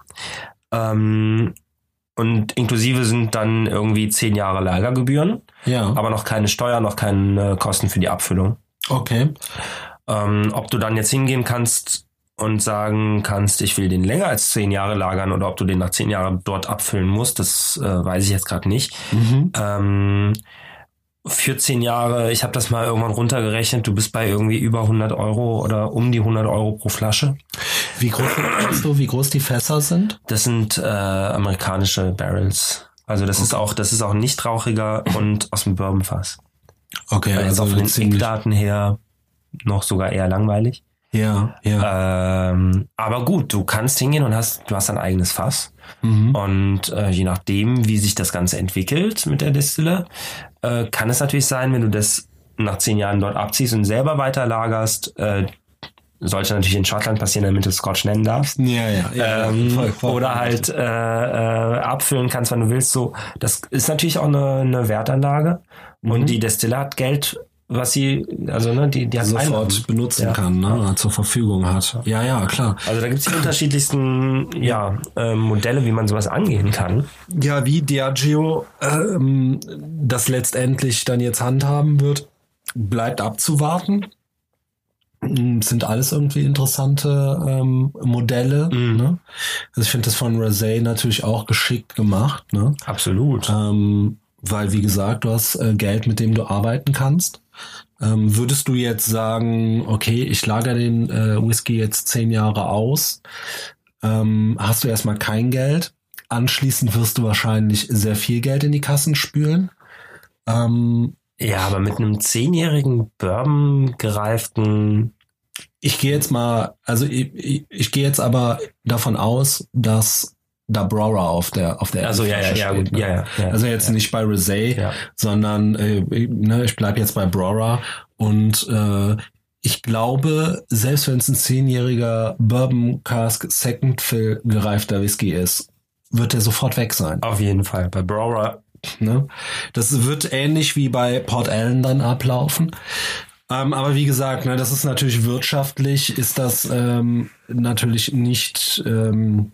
Ähm, und inklusive sind dann irgendwie zehn Jahre Lagergebühren, Ja. aber noch keine Steuer, noch keine Kosten für die Abfüllung. Okay. Ähm, ob du dann jetzt hingehen kannst und sagen kannst, ich will den länger als zehn Jahre lagern oder ob du den nach zehn Jahren dort abfüllen musst, das äh, weiß ich jetzt gerade nicht. Mhm. Ähm, für zehn Jahre, ich habe das mal irgendwann runtergerechnet, du bist bei irgendwie über hundert Euro oder um die hundert Euro pro Flasche. Wie groß weißt du, wie groß die Fässer sind? Das sind äh, amerikanische Barrels. Also das ist auch, das ist auch nicht rauchiger und aus dem Bourbonfass. Okay, Also jetzt also auch von den ziemlich. Eckdaten her noch sogar eher langweilig. Ja, ja. Ähm, aber gut, du kannst hingehen und hast, du hast ein eigenes Fass. Mhm. Und äh, je nachdem, wie sich das Ganze entwickelt mit der Distille, äh, kann es natürlich sein, wenn du das nach zehn Jahren dort abziehst und selber weiter lagerst, äh, sollte natürlich in Schottland passieren, damit du Scotch nennen darfst. Ja, ja, ja. Ähm, voll, voll. oder halt äh, äh, abfüllen kannst, wenn du willst. So, das ist natürlich auch eine, eine Wertanlage. Mhm. Und die Destille hat Geld, was sie, also ne, die, die hat sofort Einnahmen. benutzen Ja. kann, ne? Zur Verfügung hat. Ja, ja, klar. Also da gibt es die unterschiedlichsten ja, äh, Modelle, wie man sowas angehen kann. Ja, wie Diageo ähm, das letztendlich dann jetzt handhaben wird, bleibt abzuwarten. sind alles irgendwie interessante ähm, Modelle. Mhm. Ne? Also ich finde das von Rosé natürlich auch geschickt gemacht. Ne? Absolut. Ähm, weil, wie gesagt, du hast äh, Geld, mit dem du arbeiten kannst. Ähm, würdest du jetzt sagen, okay, ich lagere den äh, Whisky jetzt zehn Jahre aus, ähm, hast du erstmal kein Geld. Anschließend wirst du wahrscheinlich sehr viel Geld in die Kassen spülen. Ähm, Ja, aber mit einem zehnjährigen Bourbon gereiften... Ich gehe jetzt mal, also ich, ich, ich gehe jetzt aber davon aus, dass da Brora auf der auf der Also ja, ja, Flasche ja, steht, gut, ne? ja, ja, ja. Also jetzt ja. nicht bei Rosé, Ja. sondern äh, ne, ich bleib jetzt bei Brora und äh, ich glaube, selbst wenn es ein zehnjähriger Bourbon Cask Second Fill gereifter Whisky ist, wird der sofort weg sein. Auf jeden Fall. Bei Brora. Ne? Das wird ähnlich wie bei Port Ellen dann ablaufen. Ähm, aber wie gesagt, ne, das ist natürlich wirtschaftlich, ist das ähm, natürlich nicht ähm,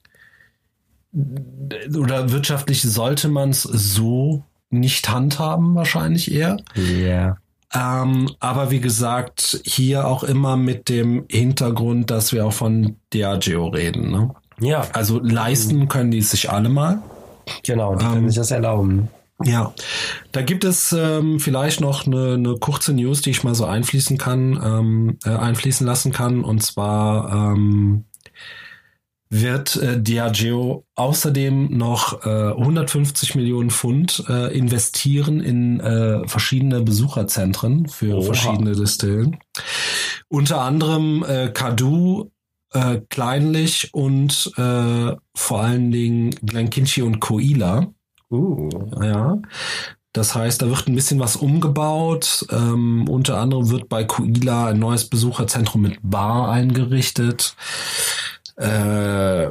oder wirtschaftlich sollte man es so nicht handhaben, wahrscheinlich eher. Ja. Yeah. Ähm, aber wie gesagt, hier auch immer mit dem Hintergrund, dass wir auch von Diageo reden. Ne? Ja. Also leisten können die es sich alle mal. Genau, die können Ähm, sich das erlauben. Ja, da gibt es ähm, vielleicht noch eine, eine kurze News, die ich mal so einfließen kann, ähm, äh, einfließen lassen kann. Und zwar ähm, wird äh, Diageo außerdem noch äh, hundertfünfzig Millionen Pfund äh, investieren in äh, verschiedene Besucherzentren für Oha. verschiedene Distillen. Unter anderem äh, Cadu, äh, Kleinlich und äh, vor allen Dingen Glenkinchie und Coila. Uh. Ja, das heißt, da wird ein bisschen was umgebaut. Ähm, unter anderem wird bei Coila ein neues Besucherzentrum mit Bar eingerichtet. Äh,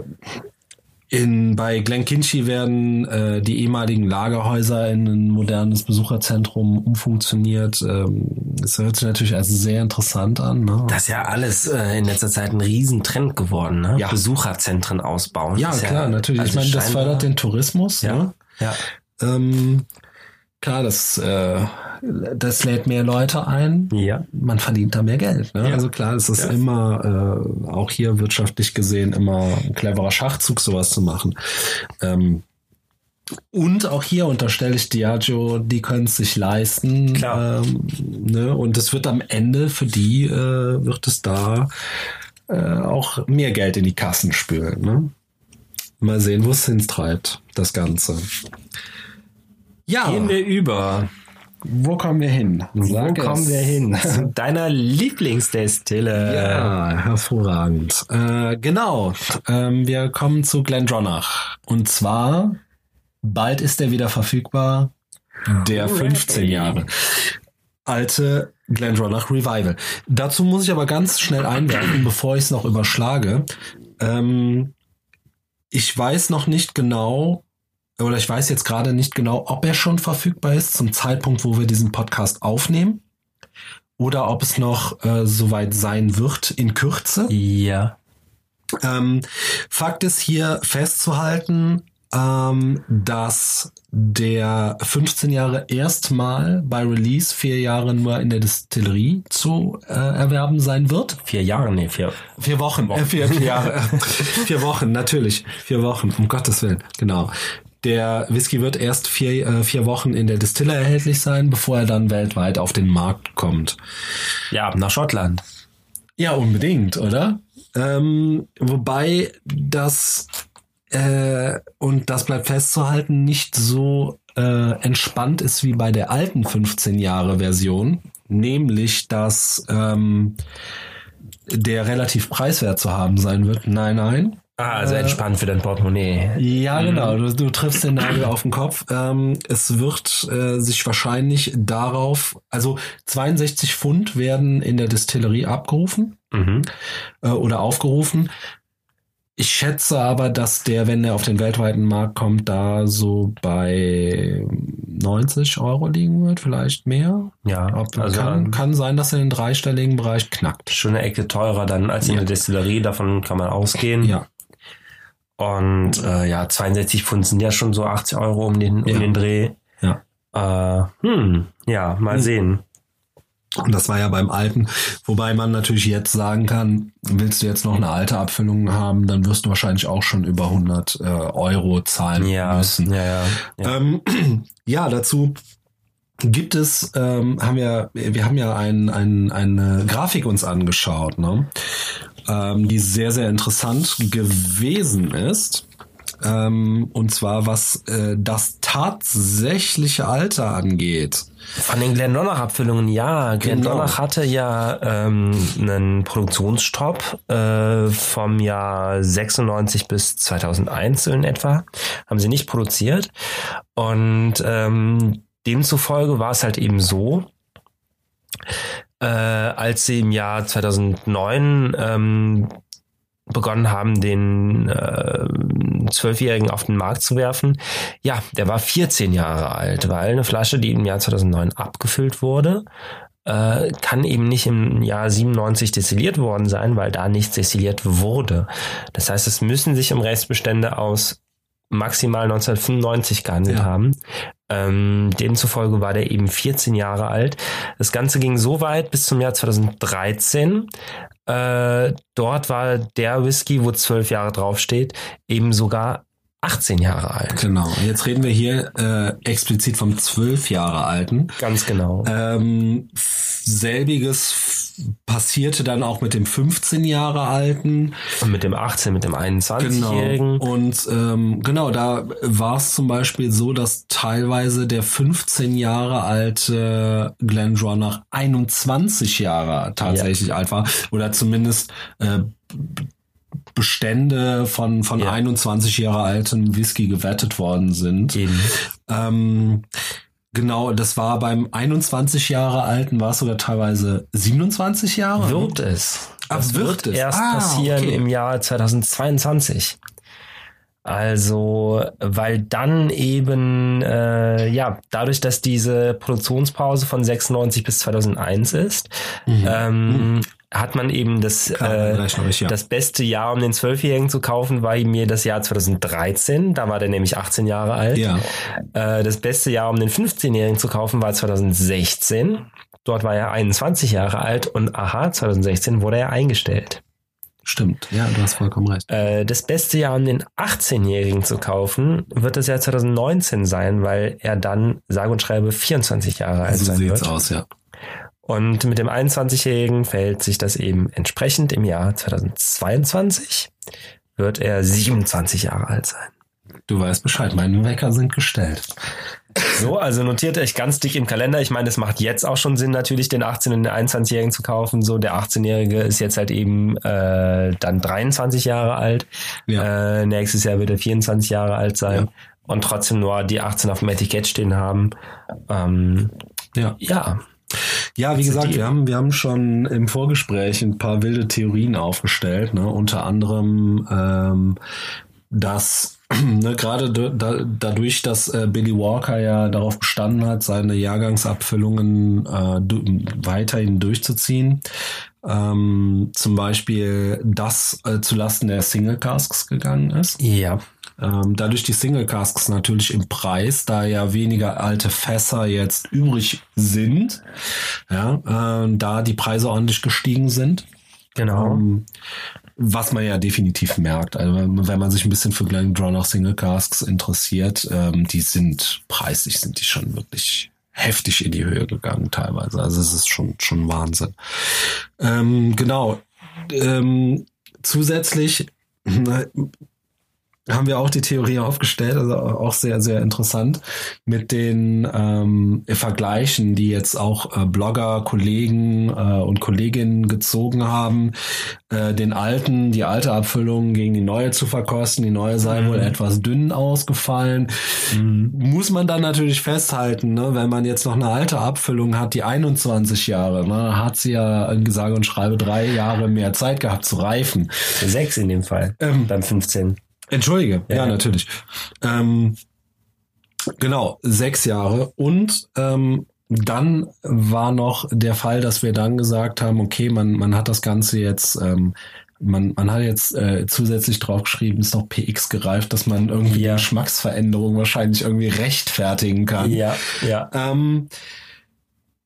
in, bei Glenkinchie werden äh, die ehemaligen Lagerhäuser in ein modernes Besucherzentrum umfunktioniert. Ähm, das hört sich natürlich als sehr interessant an. Ne? Das ist ja alles äh, in letzter Zeit ein Riesentrend geworden, ne? Ja. Besucherzentren ausbauen. Ja, Das ist klar, natürlich. also ich meine, das scheinbar- fördert den Tourismus. Ja. Ne? Ja. Ähm, klar, das, äh, das lädt mehr Leute ein. Ja. Man verdient da mehr Geld. Ne? Ja. Also klar, es ist Ja. immer, äh, auch hier wirtschaftlich gesehen, immer ein cleverer Schachzug, sowas zu machen. Ähm, und auch hier unterstelle ich Diageo, die können es sich leisten. Klar. Ähm, ne? Und es wird am Ende für die, äh, wird es da äh, auch mehr Geld in die Kassen spülen. Ne? Mal sehen, wo es hintreibt, das Ganze. Ja, Gehen wir über. wo kommen wir hin? Sag Wo kommen es. wir hin? Zu deiner Lieblingsdestille. Ja, hervorragend. Äh, genau, ähm, wir kommen zu Glendronach. Und zwar, bald ist er wieder verfügbar, der fünfzehn Jahre alte Glendronach Revival. Dazu muss ich aber ganz schnell einwerfen, bevor ich es noch überschlage. Ähm, ich weiß noch nicht genau, oder ich weiß jetzt gerade nicht genau, ob er schon verfügbar ist zum Zeitpunkt, wo wir diesen Podcast aufnehmen. Oder ob es noch äh, soweit sein wird in Kürze. Ja. Ähm, Fakt ist hier festzuhalten, ähm, dass der fünfzehn Jahre erstmal bei Release vier Jahre nur in der Distillerie zu äh, erwerben sein wird. Vier Jahre, nee, vier. Vier Wochen, Äh, vier, vier Jahre, vier Wochen, natürlich, vier Wochen, um Gottes Willen, genau. Der Whisky wird erst vier, äh, vier Wochen in der Distille erhältlich sein, bevor er dann weltweit auf den Markt kommt. Ja, nach Schottland. Ja, unbedingt, oder? Ähm, wobei das, äh, und das bleibt festzuhalten, nicht so äh, entspannt ist wie bei der alten fünfzehn Jahre Version, nämlich, dass ähm, der relativ preiswert zu haben sein wird. Nein, nein. Ah, also entspannt für dein Portemonnaie. Ja, genau. Du, du triffst den Nagel auf den Kopf. Ähm, es wird äh, sich wahrscheinlich darauf, also zweiundsechzig Pfund werden in der Distillerie abgerufen Mhm. äh, oder aufgerufen. Ich schätze aber, dass der, wenn er auf den weltweiten Markt kommt, da so bei neunzig Euro liegen wird, vielleicht mehr. Ja, Ob, also kann, kann sein, dass er in den dreistelligen Bereich knackt. schon eine Ecke teurer dann als in Ja. der Destillerie, davon kann man ausgehen. Ja. Und äh, ja, zweiundsechzig Pfund sind ja schon so achtzig Euro um den, um Ja. den Dreh. Ja. Äh, hm, ja, mal Mhm. sehen. Und das war ja beim alten, wobei man natürlich jetzt sagen kann, willst du jetzt noch eine alte Abfüllung haben, dann wirst du wahrscheinlich auch schon über hundert äh, Euro zahlen ja, müssen. Ja, ja, ja. Ähm, ja, dazu gibt es, ähm, haben wir, wir haben ja ein, ein, eine Grafik uns angeschaut, ne? ähm, die sehr, sehr interessant gewesen ist. Ähm, und zwar was äh, das tatsächliche Alter angeht. Von den Glendronach-Abfüllungen, ja. Glendronach genau. hatte ja ähm, einen Produktionsstopp äh, vom Jahr sechsundneunzig bis zweitausendeins in etwa. Haben sie nicht produziert. Und ähm, demzufolge war es halt eben so, äh, als sie im Jahr zweitausendneun ähm, begonnen haben, den äh, Zwölfjährigen auf den Markt zu werfen. Ja, der war vierzehn Jahre alt, weil eine Flasche, die im Jahr zweitausendneun abgefüllt wurde, äh, kann eben nicht im Jahr siebenundneunzig destilliert worden sein, weil da nichts destilliert wurde. Das heißt, es müssen sich um Restbestände aus maximal neunzehnhundertfünfundneunzig gehandelt ja. haben. Ähm, demzufolge war der eben vierzehn Jahre alt. Das Ganze ging so weit bis zum Jahr zweitausenddreizehn. Äh, dort war der Whisky, wo zwölf Jahre draufsteht, eben sogar achtzehn Jahre alt. Genau. Jetzt reden wir hier äh, explizit vom zwölf Jahre alten. Ganz genau. Ähm, selbiges passierte dann auch mit dem fünfzehn Jahre alten. Und mit dem achtzehn, mit dem einundzwanzigjährigen. Genau. Und ähm, genau, da war es zum Beispiel so, dass teilweise der fünfzehn Jahre alte GlenDronach einundzwanzig Jahre tatsächlich ja. alt war. Oder zumindest äh, Bestände von von ja. einundzwanzig Jahre alten Whisky gewettet worden sind. Eben. Ähm, genau, das war beim einundzwanzig Jahre alten, war es sogar teilweise siebenundzwanzig Jahre? Wird es. Ach, das wird, wird es? erst ah, passieren okay. im Jahr zweitausendzweiundzwanzig. Also, weil dann eben, äh, ja, dadurch, dass diese Produktionspause von sechsundneunzig bis zweitausendeins ist, mhm. ähm, mhm. hat man eben das Klar, äh, ich, ja. das beste Jahr, um den Zwölfjährigen zu kaufen, war mir das Jahr zweitausenddreizehn. Da war der nämlich achtzehn Jahre alt. Ja. Äh, das beste Jahr, um den fünfzehnjährigen zu kaufen, war zweitausendsechzehn. Dort war er einundzwanzig Jahre alt und aha, zweitausendsechzehn wurde er eingestellt. Stimmt, ja, du hast vollkommen recht. Äh, das beste Jahr, um den achtzehnjährigen zu kaufen, wird das Jahr zweitausendneunzehn sein, weil er dann sage und schreibe vierundzwanzig Jahre alt so sein sieht's wird. aus, ja. Und mit dem einundzwanzigjährigen verhält sich das eben entsprechend. Im Jahr zweitausendzweiundzwanzig wird er siebenundzwanzig Jahre alt sein. Du weißt Bescheid, meine Wecker sind gestellt. So, also notiert euch ganz dick im Kalender. Ich meine, es macht jetzt auch schon Sinn, natürlich den achtzehn- und den einundzwanzigjährigen zu kaufen. So, der achtzehnjährige ist jetzt halt eben äh, dann dreiundzwanzig Jahre alt. Ja. Äh, nächstes Jahr wird er vierundzwanzig Jahre alt sein. Ja. Und trotzdem nur die achtzehn auf dem Etikett stehen haben. Ähm, ja. Ja. Ja, wie gesagt, wir haben wir haben schon im Vorgespräch ein paar wilde Theorien aufgestellt, ne? Unter anderem, ähm, dass ne, gerade da, dadurch, dass äh, Billy Walker ja darauf bestanden hat, seine Jahrgangsabfüllungen äh, du, weiterhin durchzuziehen, ähm, zum Beispiel das äh, zulasten der Single Casks gegangen ist. Ja. Ähm, dadurch die Single Casks natürlich im Preis, da ja weniger alte Fässer jetzt übrig sind, ja, äh, da die Preise ordentlich gestiegen sind. Genau. Ähm, was man ja definitiv merkt. Also wenn man sich ein bisschen für GlenDronach Single Casks interessiert, ähm, die sind preislich, sind die schon wirklich heftig in die Höhe gegangen teilweise. Also es ist schon schon Wahnsinn. Ähm, genau. Ähm, zusätzlich haben wir auch die Theorie aufgestellt, also auch sehr, sehr interessant, mit den ähm, Vergleichen, die jetzt auch äh, Blogger, Kollegen äh, und Kolleginnen gezogen haben, äh, den alten, die alte Abfüllung gegen die neue zu verkosten. Die neue sei mhm. wohl etwas dünn ausgefallen. Mhm. Muss man dann natürlich festhalten, ne, wenn man jetzt noch eine alte Abfüllung hat, die einundzwanzig Jahre, ne, hat sie ja sage und schreibe drei Jahre mehr Zeit gehabt zu reifen. Sechs in dem Fall, ähm, beim fünfzehn. Entschuldige, ja, ja natürlich. Ähm, genau, sechs Jahre. Und ähm, dann war noch der Fall, dass wir dann gesagt haben, okay, man man hat das Ganze jetzt, ähm, man man hat jetzt äh, zusätzlich draufgeschrieben, ist noch P X gereift, dass man irgendwie ja. Geschmacksveränderung wahrscheinlich irgendwie rechtfertigen kann. Ja, ja. Ähm,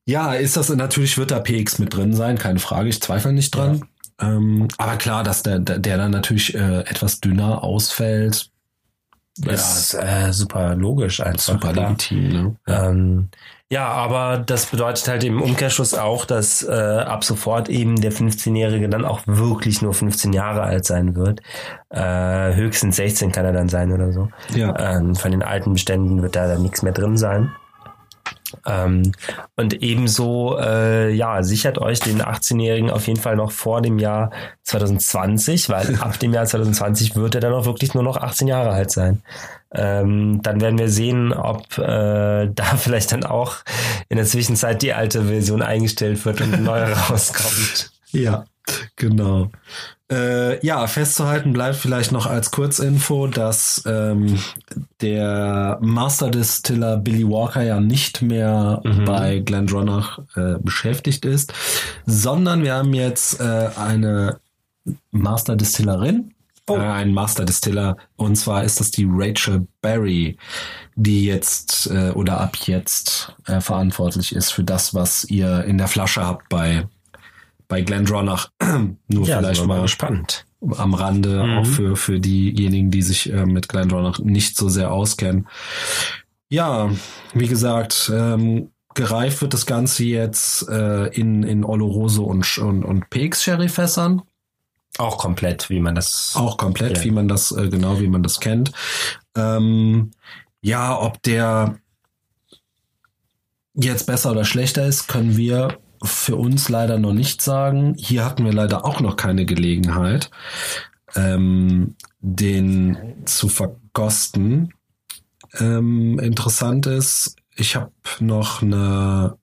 Ja, ist das natürlich, wird da P X mit drin sein, keine Frage, ich zweifle nicht dran. Ja. Ähm, aber klar, dass der, der, der dann natürlich äh, etwas dünner ausfällt. Ist ja, äh, super logisch einfach. Super klar. Legitim, ne? Ähm, ja, aber das bedeutet halt im Umkehrschluss auch, dass äh, ab sofort eben der fünfzehnjährige dann auch wirklich nur fünfzehn Jahre alt sein wird. Äh, höchstens sechzehn kann er dann sein oder so. Ja. Ähm, von den alten Beständen wird da dann nichts mehr drin sein. Ähm, und ebenso, äh, ja, sichert euch den achtzehnjährigen auf jeden Fall noch vor dem Jahr zwanzig zwanzig, weil ab dem Jahr zwanzig zwanzig wird er dann auch wirklich nur noch achtzehn Jahre alt sein. Ähm, dann werden wir sehen, ob äh, da vielleicht dann auch in der Zwischenzeit die alte Version eingestellt wird und eine neue rauskommt. Ja, genau. Äh, ja, festzuhalten bleibt vielleicht noch als Kurzinfo, dass ähm, der Master Distiller Billy Walker ja nicht mehr mhm. bei GlenDronach äh, beschäftigt ist, sondern wir haben jetzt äh, eine Master Distillerin, oh. äh, einen Master Distiller, und zwar ist das die Rachel Berry, die jetzt äh, oder ab jetzt äh, verantwortlich ist für das, was ihr in der Flasche habt bei bei GlenDronach. Nur ja, vielleicht mal spannend am Rande, mhm. auch für für diejenigen, die sich äh, mit GlenDronach nicht so sehr auskennen. Ja, wie gesagt, ähm, gereift wird das Ganze jetzt äh, in in Oloroso und und, und P X Sherryfässern. Auch komplett, wie man das auch komplett, ja. wie man das äh, genau wie man das kennt. Ähm, ja, ob der jetzt besser oder schlechter ist, können wir für uns leider noch nicht sagen. Hier hatten wir leider auch noch keine Gelegenheit, ähm, den zu verkosten. Ähm, interessant ist, ich habe noch eine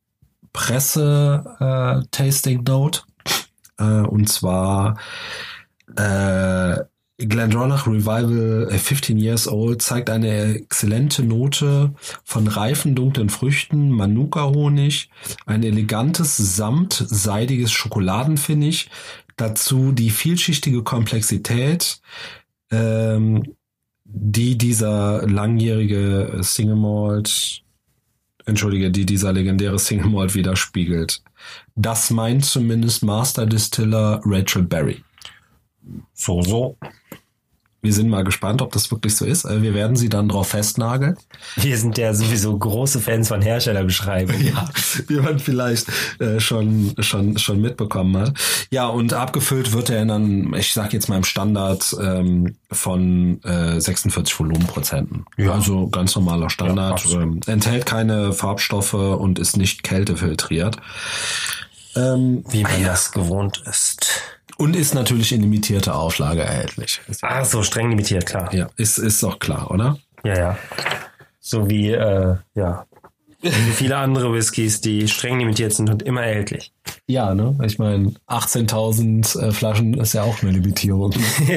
Presse-Tasting-Note äh, äh, und zwar äh, GlenDronach Revival fifteen Years Old zeigt eine exzellente Note von reifen, dunklen Früchten, Manuka-Honig, ein elegantes, samt-seidiges Schokoladenfinish, dazu die vielschichtige Komplexität, ähm, die dieser langjährige Single Malt, entschuldige, die dieser legendäre Single Malt widerspiegelt. Das meint zumindest Master Distiller Rachel Berry. So, so. Wir sind mal gespannt, ob das wirklich so ist. Wir werden sie dann drauf festnageln. Wir sind ja sowieso große Fans von Herstellerbeschreibungen. Ja, wie man vielleicht äh, schon schon schon mitbekommen hat. Ja, und abgefüllt wird er dann, ich sag jetzt mal im Standard ähm, von äh, sechsundvierzig Volumenprozenten. Ja. Also ganz normaler Standard. Ja, ähm, enthält keine Farbstoffe und ist nicht kältefiltriert. Ähm, wie man ja. das gewohnt ist. Und ist natürlich in limitierter Auflage erhältlich. Ah, so streng limitiert, klar. Ja, ist ist doch klar, oder? Ja, ja. So wie, äh, ja, wie viele andere Whiskys, die streng limitiert sind und immer erhältlich. Ja, ne? Ich meine, achtzehntausend äh, Flaschen ist ja auch eine Limitierung.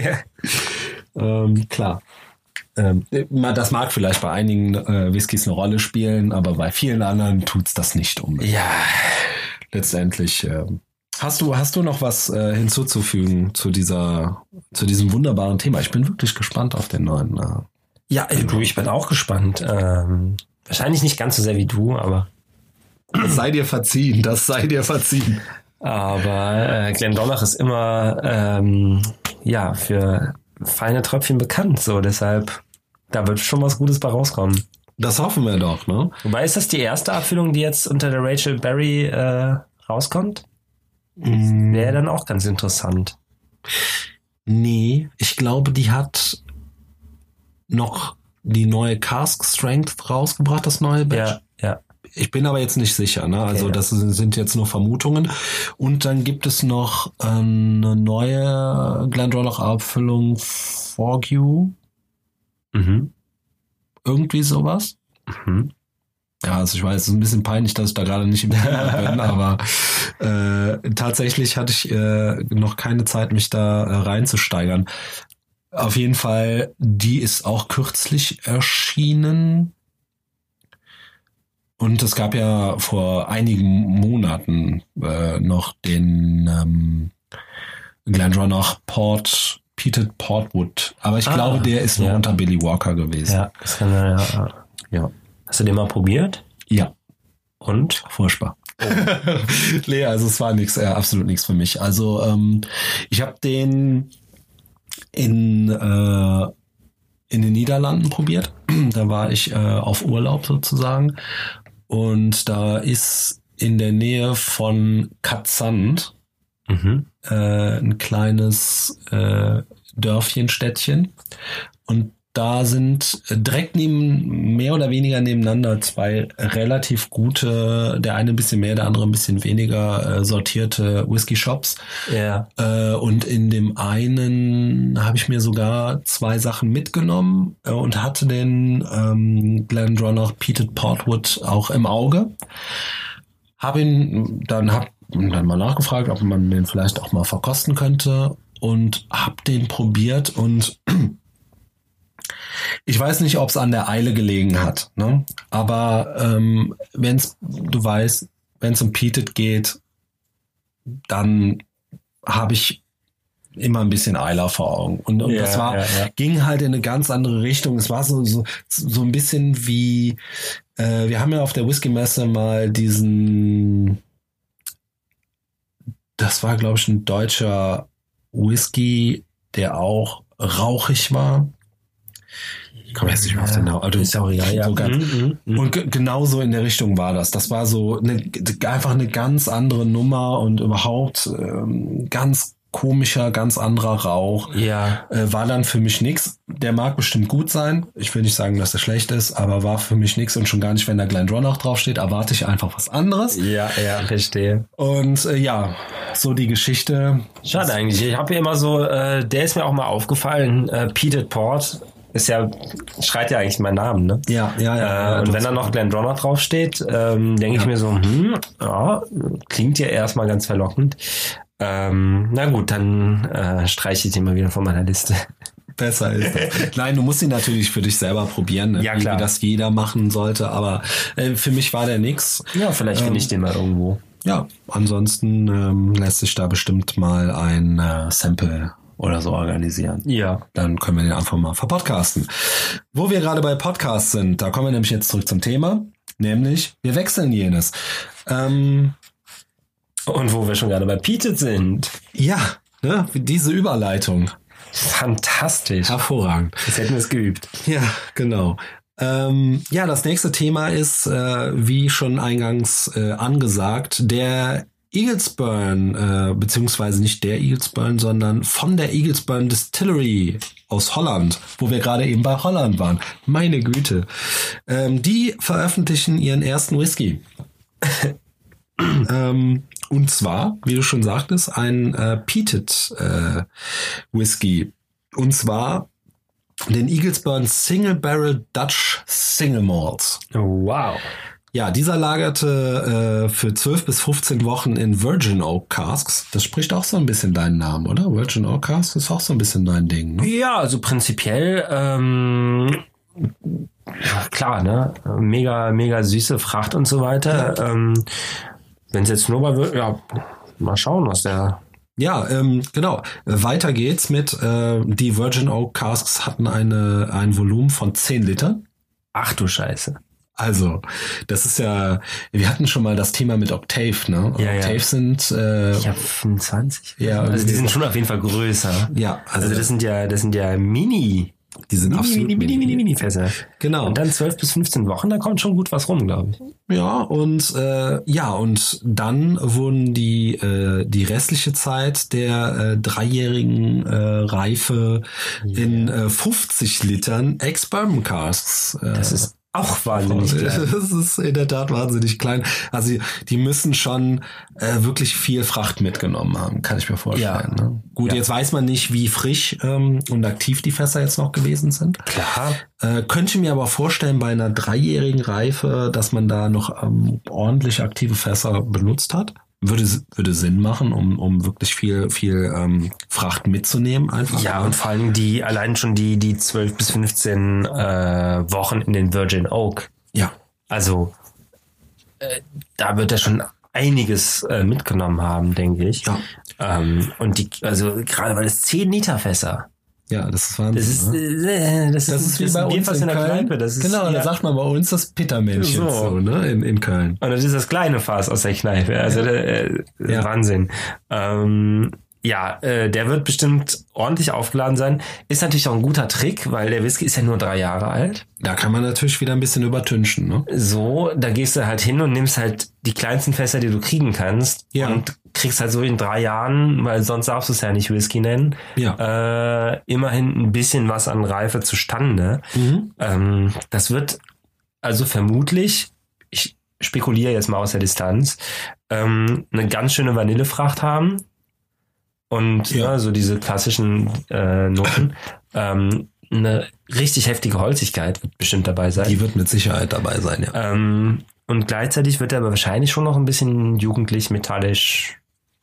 ähm, klar. Ähm, das mag vielleicht bei einigen äh, Whiskys eine Rolle spielen, aber bei vielen anderen tut's das nicht unbedingt. Ja. Letztendlich. Ähm, Hast du, hast du noch was äh, hinzuzufügen zu dieser, zu diesem wunderbaren Thema? Ich bin wirklich gespannt auf den neuen. Äh, ja, du, ich bin auch gespannt. Ähm, wahrscheinlich nicht ganz so sehr wie du, aber. Das sei dir verziehen, das sei dir verziehen. Aber äh, GlenDronach ist immer, ähm, ja, für feine Tröpfchen bekannt, so deshalb, da wird schon was Gutes bei rauskommen. Das hoffen wir doch, ne? Wobei, ist das die erste Abfüllung, die jetzt unter der Rachel Berry äh, rauskommt? Wäre dann auch ganz interessant. Nee, ich glaube, die hat noch die neue Cask Strength rausgebracht, das neue Batch. Ja, ja. Ich bin aber jetzt nicht sicher, ne? Also okay, das sind jetzt nur Vermutungen. Und dann gibt es noch äh, eine neue GlenDronach-Abfüllung Forgue. Mhm. Irgendwie sowas. Mhm. Ja, also ich weiß, es ist ein bisschen peinlich, dass ich da gerade nicht im Thema bin, aber äh, tatsächlich hatte ich äh, noch keine Zeit, mich da äh, reinzusteigern. Auf jeden Fall, die ist auch kürzlich erschienen. Und es gab ja vor einigen Monaten äh, noch den ähm, GlenDronach Port, Peated Portwood. Aber ich ah, glaube, der ist noch ja. unter Billy Walker gewesen. Ja, das kann ja, ja. ja. Hast du den mal probiert? Ja. Und? Furchtbar. nee, also es war nichts, äh, absolut nichts für mich. Also ähm, ich habe den in äh, in den Niederlanden probiert. Da war ich äh, auf Urlaub sozusagen und da ist in der Nähe von Katzand mhm. äh, ein kleines äh, Dörfchen, Städtchen und da sind direkt neben, mehr oder weniger nebeneinander zwei relativ gute, der eine ein bisschen mehr, der andere ein bisschen weniger äh, sortierte Whisky-Shops. Ja. Äh, und in dem einen habe ich mir sogar zwei Sachen mitgenommen äh, und hatte den ähm, GlenDronach Peated Portwood auch im Auge. Habe ihn dann, hab dann mal nachgefragt, ob man den vielleicht auch mal verkosten könnte und habe den probiert und ich weiß nicht, ob es an der Eile gelegen hat, ne? Aber ähm, wenn's, du weißt, wenn es um Peated geht, dann habe ich immer ein bisschen Eiler vor Augen. Und, und ja, das war, ja, ja. ging halt in eine ganz andere Richtung. Es war so, so, so ein bisschen wie, äh, wir haben ja auf der Whisky-Messe mal diesen, das war, glaube ich, ein deutscher Whisky, der auch rauchig war. Ich komme jetzt nicht mehr auf den Namen. Also ist auch egal, ja. So ganz, mhm, mh. Und g- genauso in der Richtung war das. Das war so eine, einfach eine ganz andere Nummer und überhaupt ähm, ganz komischer, ganz anderer Rauch. Ja. Äh, war dann für mich nix. Der mag bestimmt gut sein. Ich will nicht sagen, dass er schlecht ist, aber war für mich nix und schon gar nicht, wenn da GlenDronach draufsteht, erwarte ich einfach was anderes. Ja, ja, verstehe. Und äh, ja, so die Geschichte. Schade eigentlich. Ich habe ja immer so, äh, der ist mir auch mal aufgefallen, äh, Peated Port. Ist ja, schreit ja eigentlich meinen Namen, ne? Ja, ja, ja. Äh, ja und wenn da noch GlenDronach draufsteht, ähm, denke ja. ich mir so, hm, ja, klingt ja erstmal ganz verlockend. Ähm, na gut, dann äh, streiche ich den mal wieder von meiner Liste. Besser ist das. Nein, du musst ihn natürlich für dich selber probieren, ne? Ja, klar. Wie das jeder machen sollte, aber äh, für mich war der nix. Ja, vielleicht finde ähm, ich den mal irgendwo. Ja, ansonsten ähm, lässt sich da bestimmt mal ein äh, Sample oder so organisieren. Ja. Dann können wir den einfach mal verpodcasten. Wo wir gerade bei Podcasts sind, da kommen wir nämlich jetzt zurück zum Thema, nämlich wir wechseln jenes. Ähm, Und wo wir schon gerade bei Peated sind. Ja, ne, diese Überleitung. Fantastisch. Hervorragend. Das hätten wir es geübt. Ja, genau. Ähm, ja, das nächste Thema ist, äh, wie schon eingangs äh, angesagt, der Eaglesburn, äh, beziehungsweise nicht der Eaglesburn, sondern von der Eaglesburn Distillery aus Holland, wo wir gerade eben bei Holland waren. Meine Güte. Ähm, die veröffentlichen ihren ersten Whisky. ähm, und zwar, wie du schon sagtest, ein äh, Peated äh, Whisky. Und zwar den Eaglesburn Single Barrel Dutch Single Malt. Wow. Ja, dieser lagerte äh, für zwölf bis fünfzehn Wochen in Virgin Oak Casks. Das spricht auch so ein bisschen deinen Namen, oder? Virgin Oak Casks ist auch so ein bisschen dein Ding, ne? Ja, also prinzipiell, ähm, klar, ne? Mega, mega süße Fracht und so weiter. Ja. Ähm, wenn es jetzt nur mal wird, ja, mal schauen, was der... Ja, ähm, genau. Weiter geht's mit, äh, die Virgin Oak Casks hatten eine, ein Volumen von zehn Liter. Ach du Scheiße. Also, das ist ja, wir hatten schon mal das Thema mit Octave, ne? Ja, Octave ja. sind, äh, ich habe fünfundzwanzig. Ja, also die sind schon auf jeden Fall größer. Ja, also, also das sind ja, das sind ja Mini. Die sind mini, absolut mini, mini, mini, mini Fässer. Genau. Und dann zwölf bis fünfzehn Wochen, da kommt schon gut was rum, glaube ich. Ja, und äh, ja, und dann wurden die äh, die restliche Zeit der äh, dreijährigen äh, Reife yeah. in äh, fünfzig Litern Ex-Bourbon Casks. Äh, das ist auch wahnsinnig klein. Das ist in der Tat wahnsinnig klein. Also die müssen schon äh, wirklich viel Fracht mitgenommen haben, kann ich mir vorstellen. Ja. Ne? Gut, ja. Jetzt weiß man nicht, wie frisch ähm, und aktiv die Fässer jetzt noch gewesen sind. Klar. Äh, könnte mir aber vorstellen, bei einer dreijährigen Reife, dass man da noch ähm, ordentlich aktive Fässer benutzt hat. Würde, würde Sinn machen, um, um wirklich viel, viel ähm, Fracht mitzunehmen einfach. Ja, und vor allem die, allein schon die, die zwölf bis fünfzehn äh, Wochen in den Virgin Oak. Ja. Also, äh, da wird er schon einiges äh, mitgenommen haben, denke ich. Ja. Ähm, und die, also gerade weil es zehn Liter Fässer. Ja, das ist Wahnsinn. Das ist, ne? äh, das, das ist, ist wie das bei ist uns was in, in der Köln. Kneipe. Das ist, genau, ja. da sagt man bei uns das Pittermännchen So. so, ne? In, in Köln. Und das ist das kleine Fass aus der Kneipe. Also Ja. äh, Ja. Wahnsinn. Ähm, ja, äh, der wird bestimmt ordentlich aufgeladen sein. Ist natürlich auch ein guter Trick, weil der Whisky ist ja nur drei Jahre alt. Da kann man natürlich wieder ein bisschen übertünchen, ne? So, da gehst du halt hin und nimmst halt die kleinsten Fässer, die du kriegen kannst. Ja. Und kriegst halt so in drei Jahren, weil sonst darfst du es ja nicht Whisky nennen, Ja. äh, immerhin ein bisschen was an Reife zustande. Mhm. Ähm, das wird also vermutlich, ich spekuliere jetzt mal aus der Distanz, ähm, eine ganz schöne Vanillefracht haben. Und Ja. ja, so diese klassischen äh, Noten. ähm, eine richtig heftige Holzigkeit wird bestimmt dabei sein. Die wird mit Sicherheit dabei sein, ja. Ähm, und gleichzeitig wird er aber wahrscheinlich schon noch ein bisschen jugendlich, metallisch.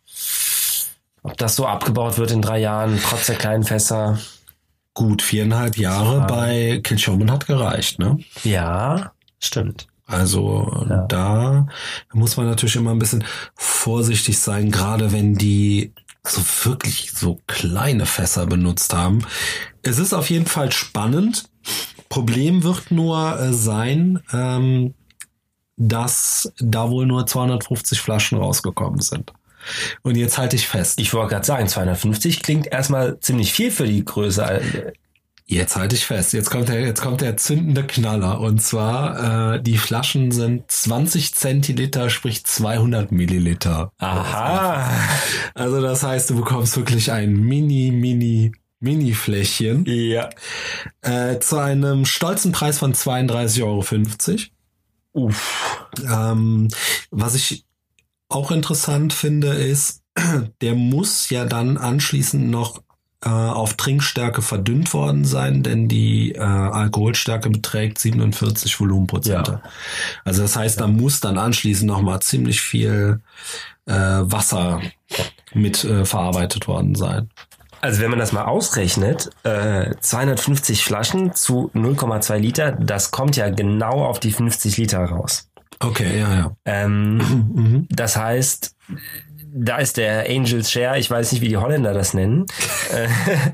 Ob das so abgebaut wird in drei Jahren, trotz der kleinen Fässer. Gut, viereinhalb Jahre Ja. bei Kilchoman hat gereicht, ne? Ja, stimmt. Also Ja. da muss man natürlich immer ein bisschen vorsichtig sein, gerade wenn die so wirklich so kleine Fässer benutzt haben. Es ist auf jeden Fall spannend. Problem wird nur äh, sein, ähm, dass da wohl nur zweihundertfünfzig Flaschen rausgekommen sind. Und jetzt halte ich fest. Ich wollte gerade sagen, zweihundertfünfzig klingt erstmal ziemlich viel für die Größe. Jetzt halte ich fest. Jetzt kommt der, jetzt kommt der zündende Knaller. Und zwar, äh, die Flaschen sind zwanzig Zentiliter, sprich zweihundert Milliliter. Aha. Also das heißt, du bekommst wirklich ein mini, mini, mini Fläschchen. Ja. Äh, zu einem stolzen Preis von zweiunddreißig Euro fünfzig. Uff. Ähm, was ich auch interessant finde, ist, der muss ja dann anschließend noch äh, auf Trinkstärke verdünnt worden sein, denn die äh, Alkoholstärke beträgt siebenundvierzig Volumenprozente. Ja. Also das heißt, da muss dann anschließend noch mal ziemlich viel äh, Wasser mit äh, verarbeitet worden sein. Also wenn man das mal ausrechnet, äh, zweihundertfünfzig Flaschen zu null Komma zwei Liter, das kommt ja genau auf die fünfzig Liter raus. Okay, ja, ja. Ähm, Mhm. das heißt, da ist der Angel's Share, ich weiß nicht, wie die Holländer das nennen, äh,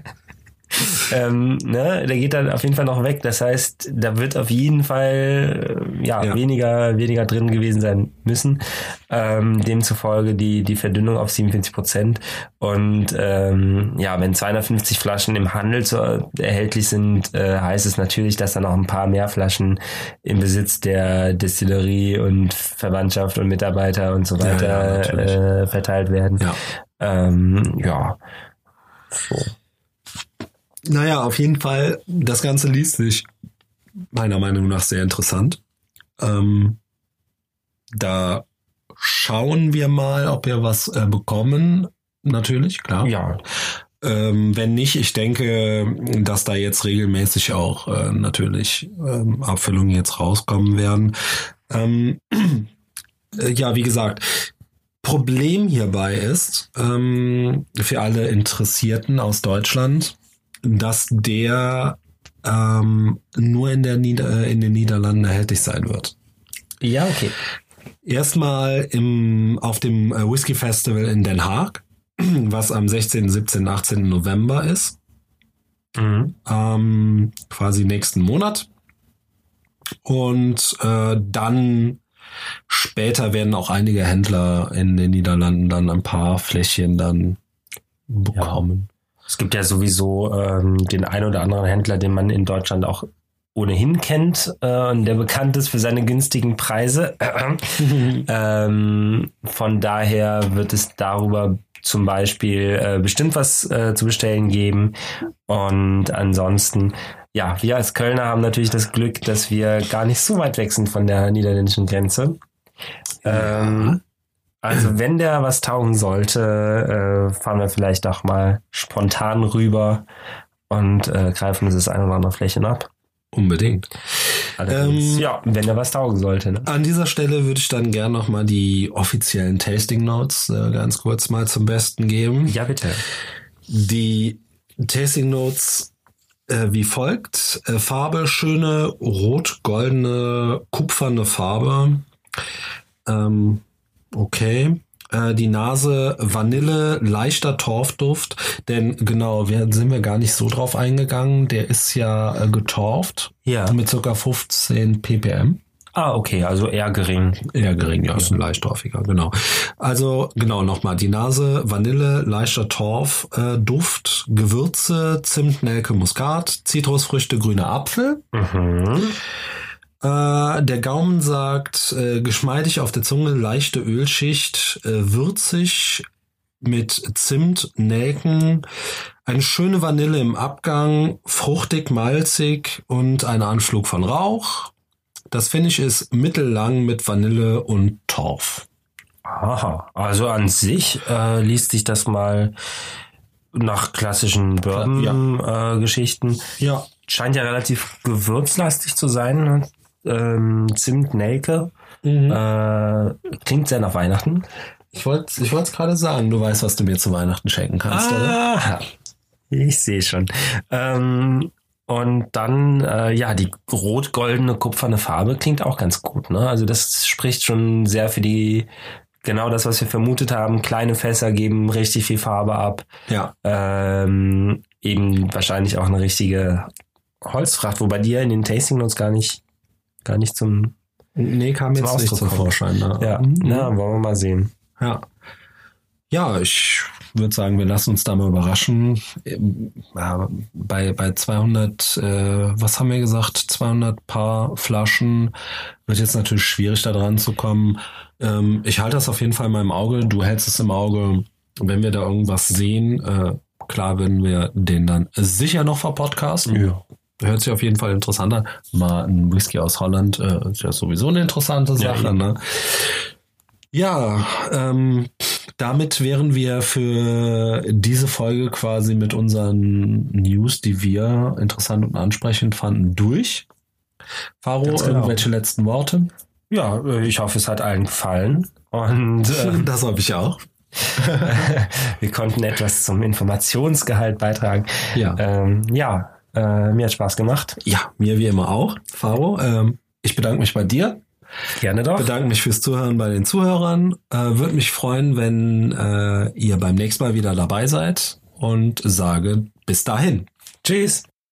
ähm, ne, der geht dann auf jeden Fall noch weg. Das heißt, da wird auf jeden Fall äh, ja, Ja. weniger weniger drin gewesen sein müssen. Ähm, demzufolge die die Verdünnung auf siebenundvierzig Prozent. Und ähm, ja, wenn zweihundertfünfzig Flaschen im Handel zu, erhältlich sind, äh, heißt es natürlich, dass dann noch ein paar mehr Flaschen im Besitz der Destillerie und Verwandtschaft und Mitarbeiter und so Ja, ja, weiter natürlich. äh, verteilt werden. Ja. Ähm, ja. So. Naja, auf jeden Fall, das Ganze liest sich meiner Meinung nach sehr interessant. Ähm, da schauen wir mal, ob wir was äh, bekommen. Natürlich, klar. Ja. Ähm, wenn nicht, ich denke, dass da jetzt regelmäßig auch äh, natürlich ähm, Abfüllungen jetzt rauskommen werden. Ähm, äh, ja, wie gesagt, Problem hierbei ist, ähm, für alle Interessierten aus Deutschland, dass der ähm, nur in, der Nieder- äh, in den Niederlanden erhältlich sein wird. Ja, okay. Erstmal im, auf dem äh, Whisky Festival in Den Haag, was am sechzehnten, siebzehnten, achtzehnten November ist. Mhm. Ähm, quasi nächsten Monat. Und äh, dann später werden auch einige Händler in den Niederlanden dann ein paar Fläschchen dann bekommen. Es gibt ja sowieso ähm, den einen oder anderen Händler, den man in Deutschland auch ohnehin kennt, äh, und der bekannt ist für seine günstigen Preise. ähm, von daher wird es darüber zum Beispiel äh, bestimmt was äh, zu bestellen geben. Und ansonsten, ja, wir als Kölner haben natürlich das Glück, dass wir gar nicht so weit weg sind von der niederländischen Grenze. Ähm, also wenn der was taugen sollte, äh, fahren wir vielleicht auch mal spontan rüber und äh, greifen uns das ein oder andere Flächen ab. Unbedingt. Allerdings, Ähm, ja, wenn der was taugen sollte. Ne? An dieser Stelle würde ich dann gern nochmal die offiziellen Tasting Notes äh, ganz kurz mal zum Besten geben. Ja, bitte. Die Tasting Notes äh, wie folgt. Äh, Farbe, schöne rot-goldene, kupferne Farbe. Ähm, okay. Äh, die Nase Vanille, leichter Torfduft. Denn genau, wir sind wir gar nicht so drauf eingegangen. Der ist ja äh, getorft. Ja. Mit ca. fünfzehn ppm. Ah, okay, also eher gering. Eher gering, ja, ist ein leicht torfiger, genau. Also, genau, nochmal, die Nase, Vanille, leichter Torf, äh, Duft, Gewürze, Zimt, Nelke, Muskat, Zitrusfrüchte, grüner Apfel. Mhm. Äh, der Gaumen sagt, äh, geschmeidig auf der Zunge, leichte Ölschicht, äh, würzig mit Zimt, Nelken, eine schöne Vanille im Abgang, fruchtig, malzig und ein Anflug von Rauch. Das Finish ist mittellang mit Vanille und Torf. Aha, also an sich äh, liest sich das mal nach klassischen Bourbon-Geschichten. Ja. ja. Scheint ja relativ gewürzlastig zu sein. Ne? Ähm, Zimt, Nelke. Mhm. Äh, klingt sehr nach Weihnachten. Ich wollte ich wollte es gerade sagen, du weißt, was du mir zu Weihnachten schenken kannst, ah, oder? Ich sehe schon. Ähm, Und dann, äh, ja, die rot-goldene, kupferne Farbe klingt auch ganz gut, ne? Also das spricht schon sehr für die, genau das, was wir vermutet haben. Kleine Fässer geben richtig viel Farbe ab. Ja. Ähm, eben wahrscheinlich auch eine richtige Holzfracht, wobei die ja in den Tasting Notes gar nicht, gar nicht zum, nee, kam jetzt nicht zum Vorschein. Ne? Ja, mhm. Na, wollen wir mal sehen. Ja. Ja, ich würde sagen, wir lassen uns da mal überraschen. Ja, bei, bei zweihundert, äh, was haben wir gesagt, zweihundert Paar Flaschen wird jetzt natürlich schwierig, da dran zu kommen. Ähm, ich halte das auf jeden Fall in meinem Auge. Du hältst es im Auge, wenn wir da irgendwas sehen. Äh, klar werden wir den dann sicher noch verpodcasten. Ja. Hört sich auf jeden Fall interessant an. Mal ein Whisky aus Holland äh, ist ja sowieso eine interessante Sache, ja, ne? Ja, ähm, damit wären wir für diese Folge quasi mit unseren News, die wir interessant und ansprechend fanden, durch. Faro, genau. Irgendwelche letzten Worte? Ja, ich hoffe, es hat allen gefallen. Und äh, das hoffe ich auch. Wir konnten etwas zum Informationsgehalt beitragen. Ja, ähm, ja äh, mir hat Spaß gemacht. Ja, mir wie immer auch. Faro, ähm, ich bedanke mich bei dir. Gerne doch. Bedanke mich fürs Zuhören bei den Zuhörern. Äh, Würde mich freuen, wenn äh, ihr beim nächsten Mal wieder dabei seid und sage bis dahin. Tschüss.